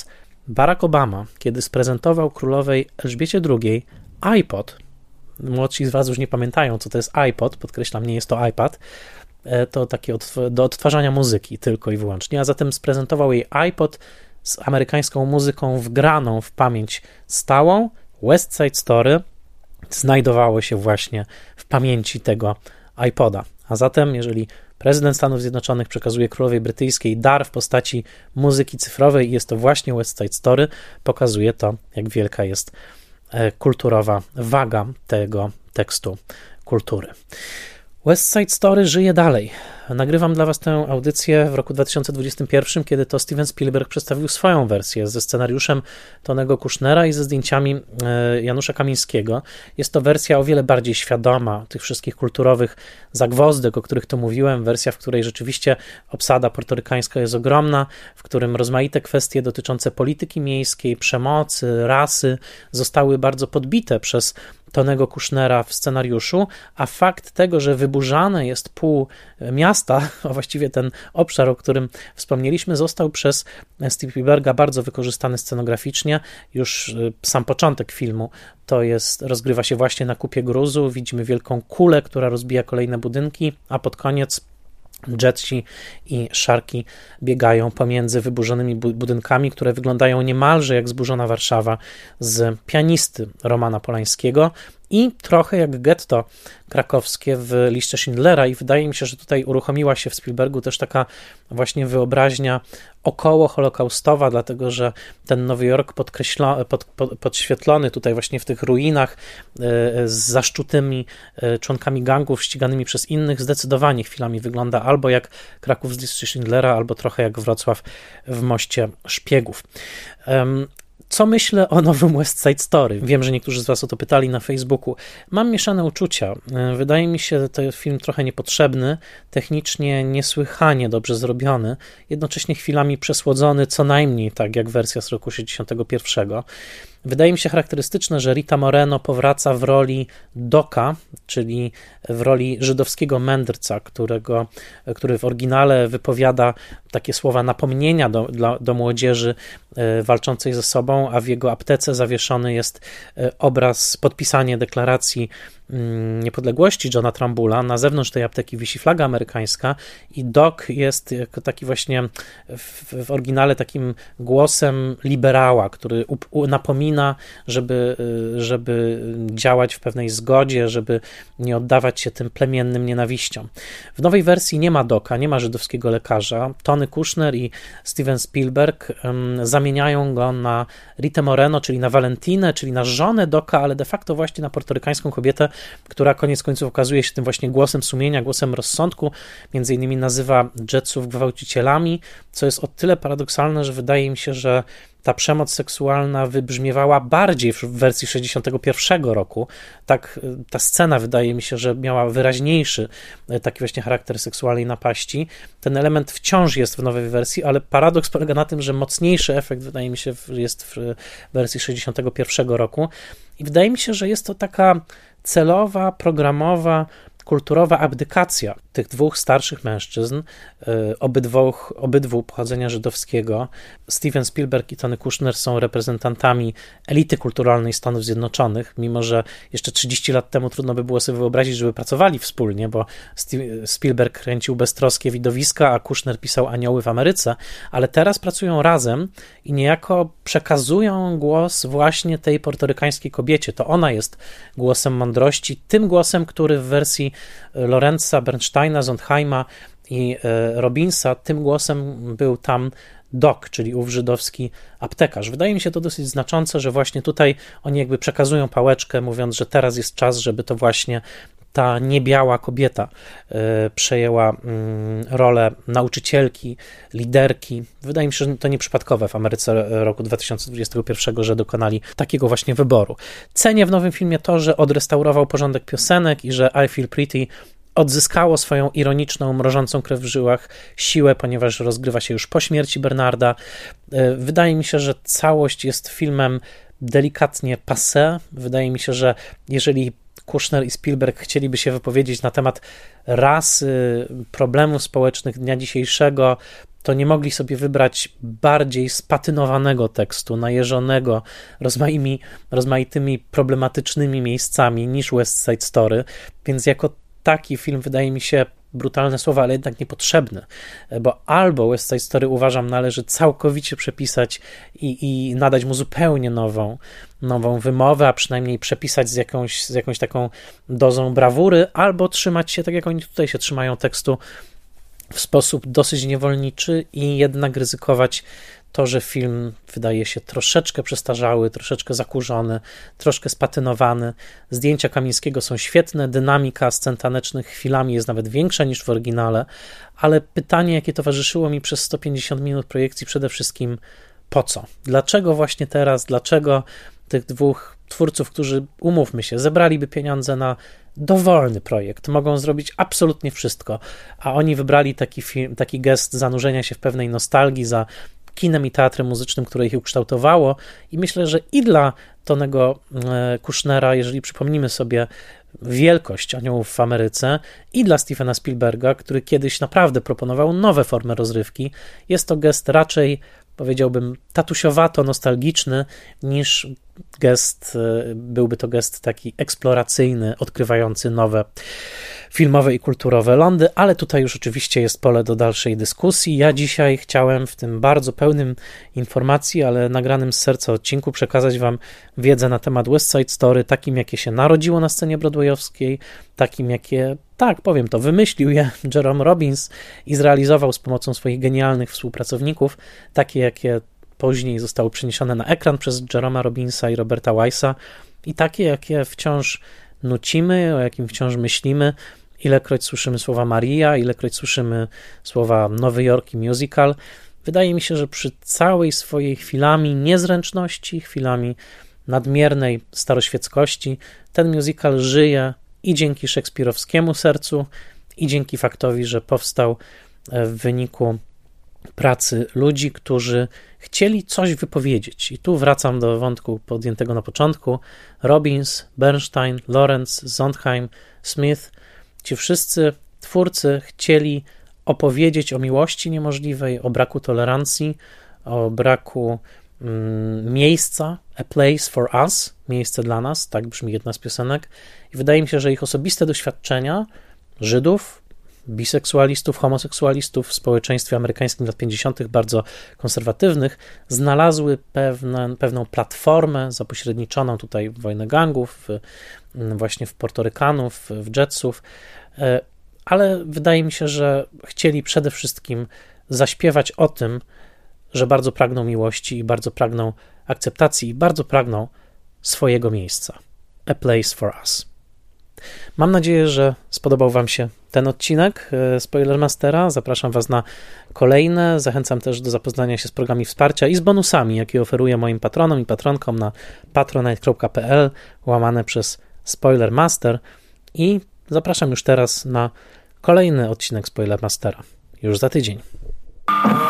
Barack Obama, kiedy sprezentował królowej Elżbiecie II iPod, młodsi z was już nie pamiętają, co to jest iPod, podkreślam, nie jest to iPad, to takie do odtwarzania muzyki tylko i wyłącznie, a zatem sprezentował jej iPod z amerykańską muzyką wgraną w pamięć stałą. West Side Story znajdowało się właśnie w pamięci tego iPoda. A zatem, jeżeli prezydent Stanów Zjednoczonych przekazuje królowej brytyjskiej dar w postaci muzyki cyfrowej i jest to właśnie West Side Story, pokazuje to, jak wielka jest kulturowa waga tego tekstu kultury. West Side Story żyje dalej. Nagrywam dla was tę audycję w roku 2021, kiedy to Steven Spielberg przedstawił swoją wersję ze scenariuszem Tonego Kushnera i ze zdjęciami Janusza Kamińskiego. Jest to wersja o wiele bardziej świadoma tych wszystkich kulturowych zagwozdek, o których tu mówiłem. Wersja, w której rzeczywiście obsada portorykańska jest ogromna, w którym rozmaite kwestie dotyczące polityki miejskiej, przemocy, rasy zostały bardzo podbite przez Tonego Kushnera w scenariuszu, a fakt tego, że wyburzane jest pół miasta, a właściwie ten obszar, o którym wspomnieliśmy, został przez Spielberga bardzo wykorzystany scenograficznie. Już sam początek filmu rozgrywa się właśnie na kupie gruzu, widzimy wielką kulę, która rozbija kolejne budynki, a pod koniec Jetsi i Sharki biegają pomiędzy wyburzonymi budynkami, które wyglądają niemalże jak zburzona Warszawa z Pianisty Romana Polańskiego i trochę jak getto krakowskie w liście Schindlera, i wydaje mi się, że tutaj uruchomiła się w Spielbergu też taka właśnie wyobraźnia około holokaustowa, dlatego że ten Nowy Jork podświetlony tutaj właśnie w tych ruinach z zaszczutymi członkami gangów ściganymi przez innych zdecydowanie chwilami wygląda albo jak Kraków z listy Schindlera, albo trochę jak Wrocław w Moście Szpiegów. Co myślę o nowym West Side Story? Wiem, że niektórzy z was o to pytali na Facebooku. Mam mieszane uczucia. Wydaje mi się, że to film trochę niepotrzebny, technicznie niesłychanie dobrze zrobiony, jednocześnie chwilami przesłodzony, co najmniej tak jak wersja z roku 1961. Wydaje mi się charakterystyczne, że Rita Moreno powraca w roli Doka, czyli w roli żydowskiego mędrca, który w oryginale wypowiada takie słowa napomnienia do młodzieży walczącej ze sobą, a w jego aptece zawieszony jest obraz, podpisanie deklaracji niepodległości Johna Trumbulla. Na zewnątrz tej apteki wisi flaga amerykańska i Doc jest jako taki właśnie w oryginale takim głosem liberała, który napomina, żeby działać w pewnej zgodzie, żeby nie oddawać się tym plemiennym nienawiściom. W nowej wersji nie ma Doca, nie ma żydowskiego lekarza. Tony Kushner i Steven Spielberg zamieniają go na Ritę Moreno, czyli na Valentinę, czyli na żonę Doca, ale de facto właśnie na portorykańską kobietę, która koniec końców okazuje się tym właśnie głosem sumienia, głosem rozsądku, między innymi nazywa Jetsów gwałcicielami, co jest o tyle paradoksalne, że wydaje mi się, że ta przemoc seksualna wybrzmiewała bardziej w wersji 61 roku. Tak, ta scena wydaje mi się, że miała wyraźniejszy taki właśnie charakter seksualnej napaści. Ten element wciąż jest w nowej wersji, ale paradoks polega na tym, że mocniejszy efekt wydaje mi się jest w wersji 61 roku. I wydaje mi się, że jest to taka celowa, programowa, kulturowa abdykacja tych dwóch starszych mężczyzn, obydwu pochodzenia żydowskiego. Steven Spielberg i Tony Kushner są reprezentantami elity kulturalnej Stanów Zjednoczonych, mimo że jeszcze 30 lat temu trudno by było sobie wyobrazić, żeby pracowali wspólnie, bo Spielberg kręcił beztroskie widowiska, a Kushner pisał Anioły w Ameryce, ale teraz pracują razem i niejako przekazują głos właśnie tej portorykańskiej kobiecie. To ona jest głosem mądrości, tym głosem, który w wersji Lorenza Bernsteina, Sondheima i Robinsa, tym głosem był tam Doc, czyli ów żydowski aptekarz. Wydaje mi się to dosyć znaczące, że właśnie tutaj oni jakby przekazują pałeczkę, mówiąc, że teraz jest czas, żeby to właśnie ta niebiała kobieta przejęła rolę nauczycielki, liderki. Wydaje mi się, że to nieprzypadkowe w Ameryce roku 2021, że dokonali takiego właśnie wyboru. Cenię w nowym filmie to, że odrestaurował porządek piosenek i że I Feel Pretty odzyskało swoją ironiczną, mrożącą krew w żyłach siłę, ponieważ rozgrywa się już po śmierci Bernarda. Wydaje mi się, że całość jest filmem delikatnie passé. Wydaje mi się, że jeżeli Kushner i Spielberg chcieliby się wypowiedzieć na temat rasy, problemów społecznych dnia dzisiejszego, to nie mogli sobie wybrać bardziej spatynowanego tekstu, najeżonego rozmaitymi problematycznymi miejscami niż West Side Story, więc jako taki film wydaje mi się, brutalne słowa, ale jednak niepotrzebny, bo albo West Side Story uważam należy całkowicie przepisać i nadać mu zupełnie nową wymowę, a przynajmniej przepisać z jakąś taką dozą brawury, albo trzymać się tak jak oni tutaj się trzymają tekstu w sposób dosyć niewolniczy i jednak ryzykować to, że film wydaje się troszeczkę przestarzały, troszeczkę zakurzony, troszkę spatynowany. Zdjęcia Kamińskiego są świetne, dynamika scen tanecznych chwilami jest nawet większa niż w oryginale, ale pytanie, jakie towarzyszyło mi przez 150 minut projekcji, przede wszystkim po co? Dlaczego właśnie teraz? Dlaczego tych dwóch twórców, którzy, umówmy się, zebraliby pieniądze na dowolny projekt, mogą zrobić absolutnie wszystko, a oni wybrali taki gest zanurzenia się w pewnej nostalgii za kinem i teatrem muzycznym, które ich ukształtowało, i myślę, że i dla Tonego Kushnera, jeżeli przypomnimy sobie wielkość Aniołów w Ameryce, i dla Stephena Spielberga, który kiedyś naprawdę proponował nowe formy rozrywki, jest to gest raczej, powiedziałbym, tatusiowato-nostalgiczny niż byłby to gest taki eksploracyjny, odkrywający nowe filmowe i kulturowe lądy, ale tutaj już oczywiście jest pole do dalszej dyskusji. Ja dzisiaj chciałem w tym bardzo pełnym informacji, ale nagranym z serca odcinku przekazać wam wiedzę na temat West Side Story, takim jakie się narodziło na scenie broadwayowskiej, takim jakie, tak powiem to, wymyślił je Jerome Robbins i zrealizował z pomocą swoich genialnych współpracowników, takie jakie później zostały przeniesione na ekran przez Jeroma Robbinsa i Roberta Weissa i takie jakie wciąż nucimy, o jakim wciąż myślimy, ilekroć słyszymy słowa Maria, ilekroć słyszymy słowa Nowy Jork i musical. Wydaje mi się, że przy całej swojej chwilami niezręczności, chwilami nadmiernej staroświeckości, ten musical żyje i dzięki szekspirowskiemu sercu, i dzięki faktowi, że powstał w wyniku pracy ludzi, którzy chcieli coś wypowiedzieć. I tu wracam do wątku podjętego na początku. Robbins, Bernstein, Lawrence, Sondheim, Smith, ci wszyscy twórcy chcieli opowiedzieć o miłości niemożliwej, o braku tolerancji, o braku miejsca, a place for us, miejsce dla nas, tak brzmi jedna z piosenek. I wydaje mi się, że ich osobiste doświadczenia Żydów, biseksualistów, homoseksualistów w społeczeństwie amerykańskim lat 50., bardzo konserwatywnych, znalazły pewną platformę zapośredniczoną tutaj w wojnę gangów, właśnie w Portorykanów, w Jetsów, ale wydaje mi się, że chcieli przede wszystkim zaśpiewać o tym, że bardzo pragną miłości i bardzo pragną akceptacji i bardzo pragną swojego miejsca. A place for us. Mam nadzieję, że spodobał wam się ten odcinek Spoilermastera. Zapraszam was na kolejne. Zachęcam też do zapoznania się z programami wsparcia i z bonusami, jakie oferuję moim patronom i patronkom na patronite.pl/Spoilermaster i zapraszam już teraz na kolejny odcinek Spoilermastera. Już za tydzień.